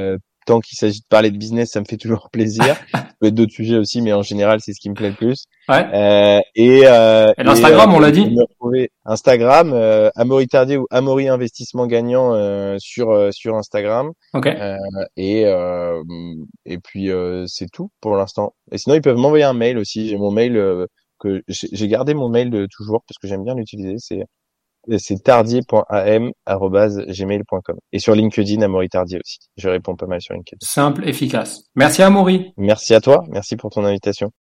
tant qu'il s'agit de parler de business, ça me fait toujours plaisir. Ça peut être d'autres sujets aussi, mais en général, c'est ce qui me plaît le plus. Ouais. Euh, et, euh, et l'Instagram, et, on l'a euh, dit. me retrouver Instagram, euh, Amaury Tardier ou Amaury Investissement Gagnant euh, sur euh, sur Instagram. Ok. Euh, et euh, et puis euh, c'est tout pour l'instant. Et sinon, ils peuvent m'envoyer un mail aussi. J'ai mon mail euh, que j'ai j'ai gardé mon mail de toujours parce que j'aime bien l'utiliser. C'est c'est tardier point a m arobase gmail point com. Et sur LinkedIn, Amaury Tardier aussi. Je réponds pas mal sur LinkedIn. Simple, efficace. Merci Amaury. Merci à toi. Merci pour ton invitation.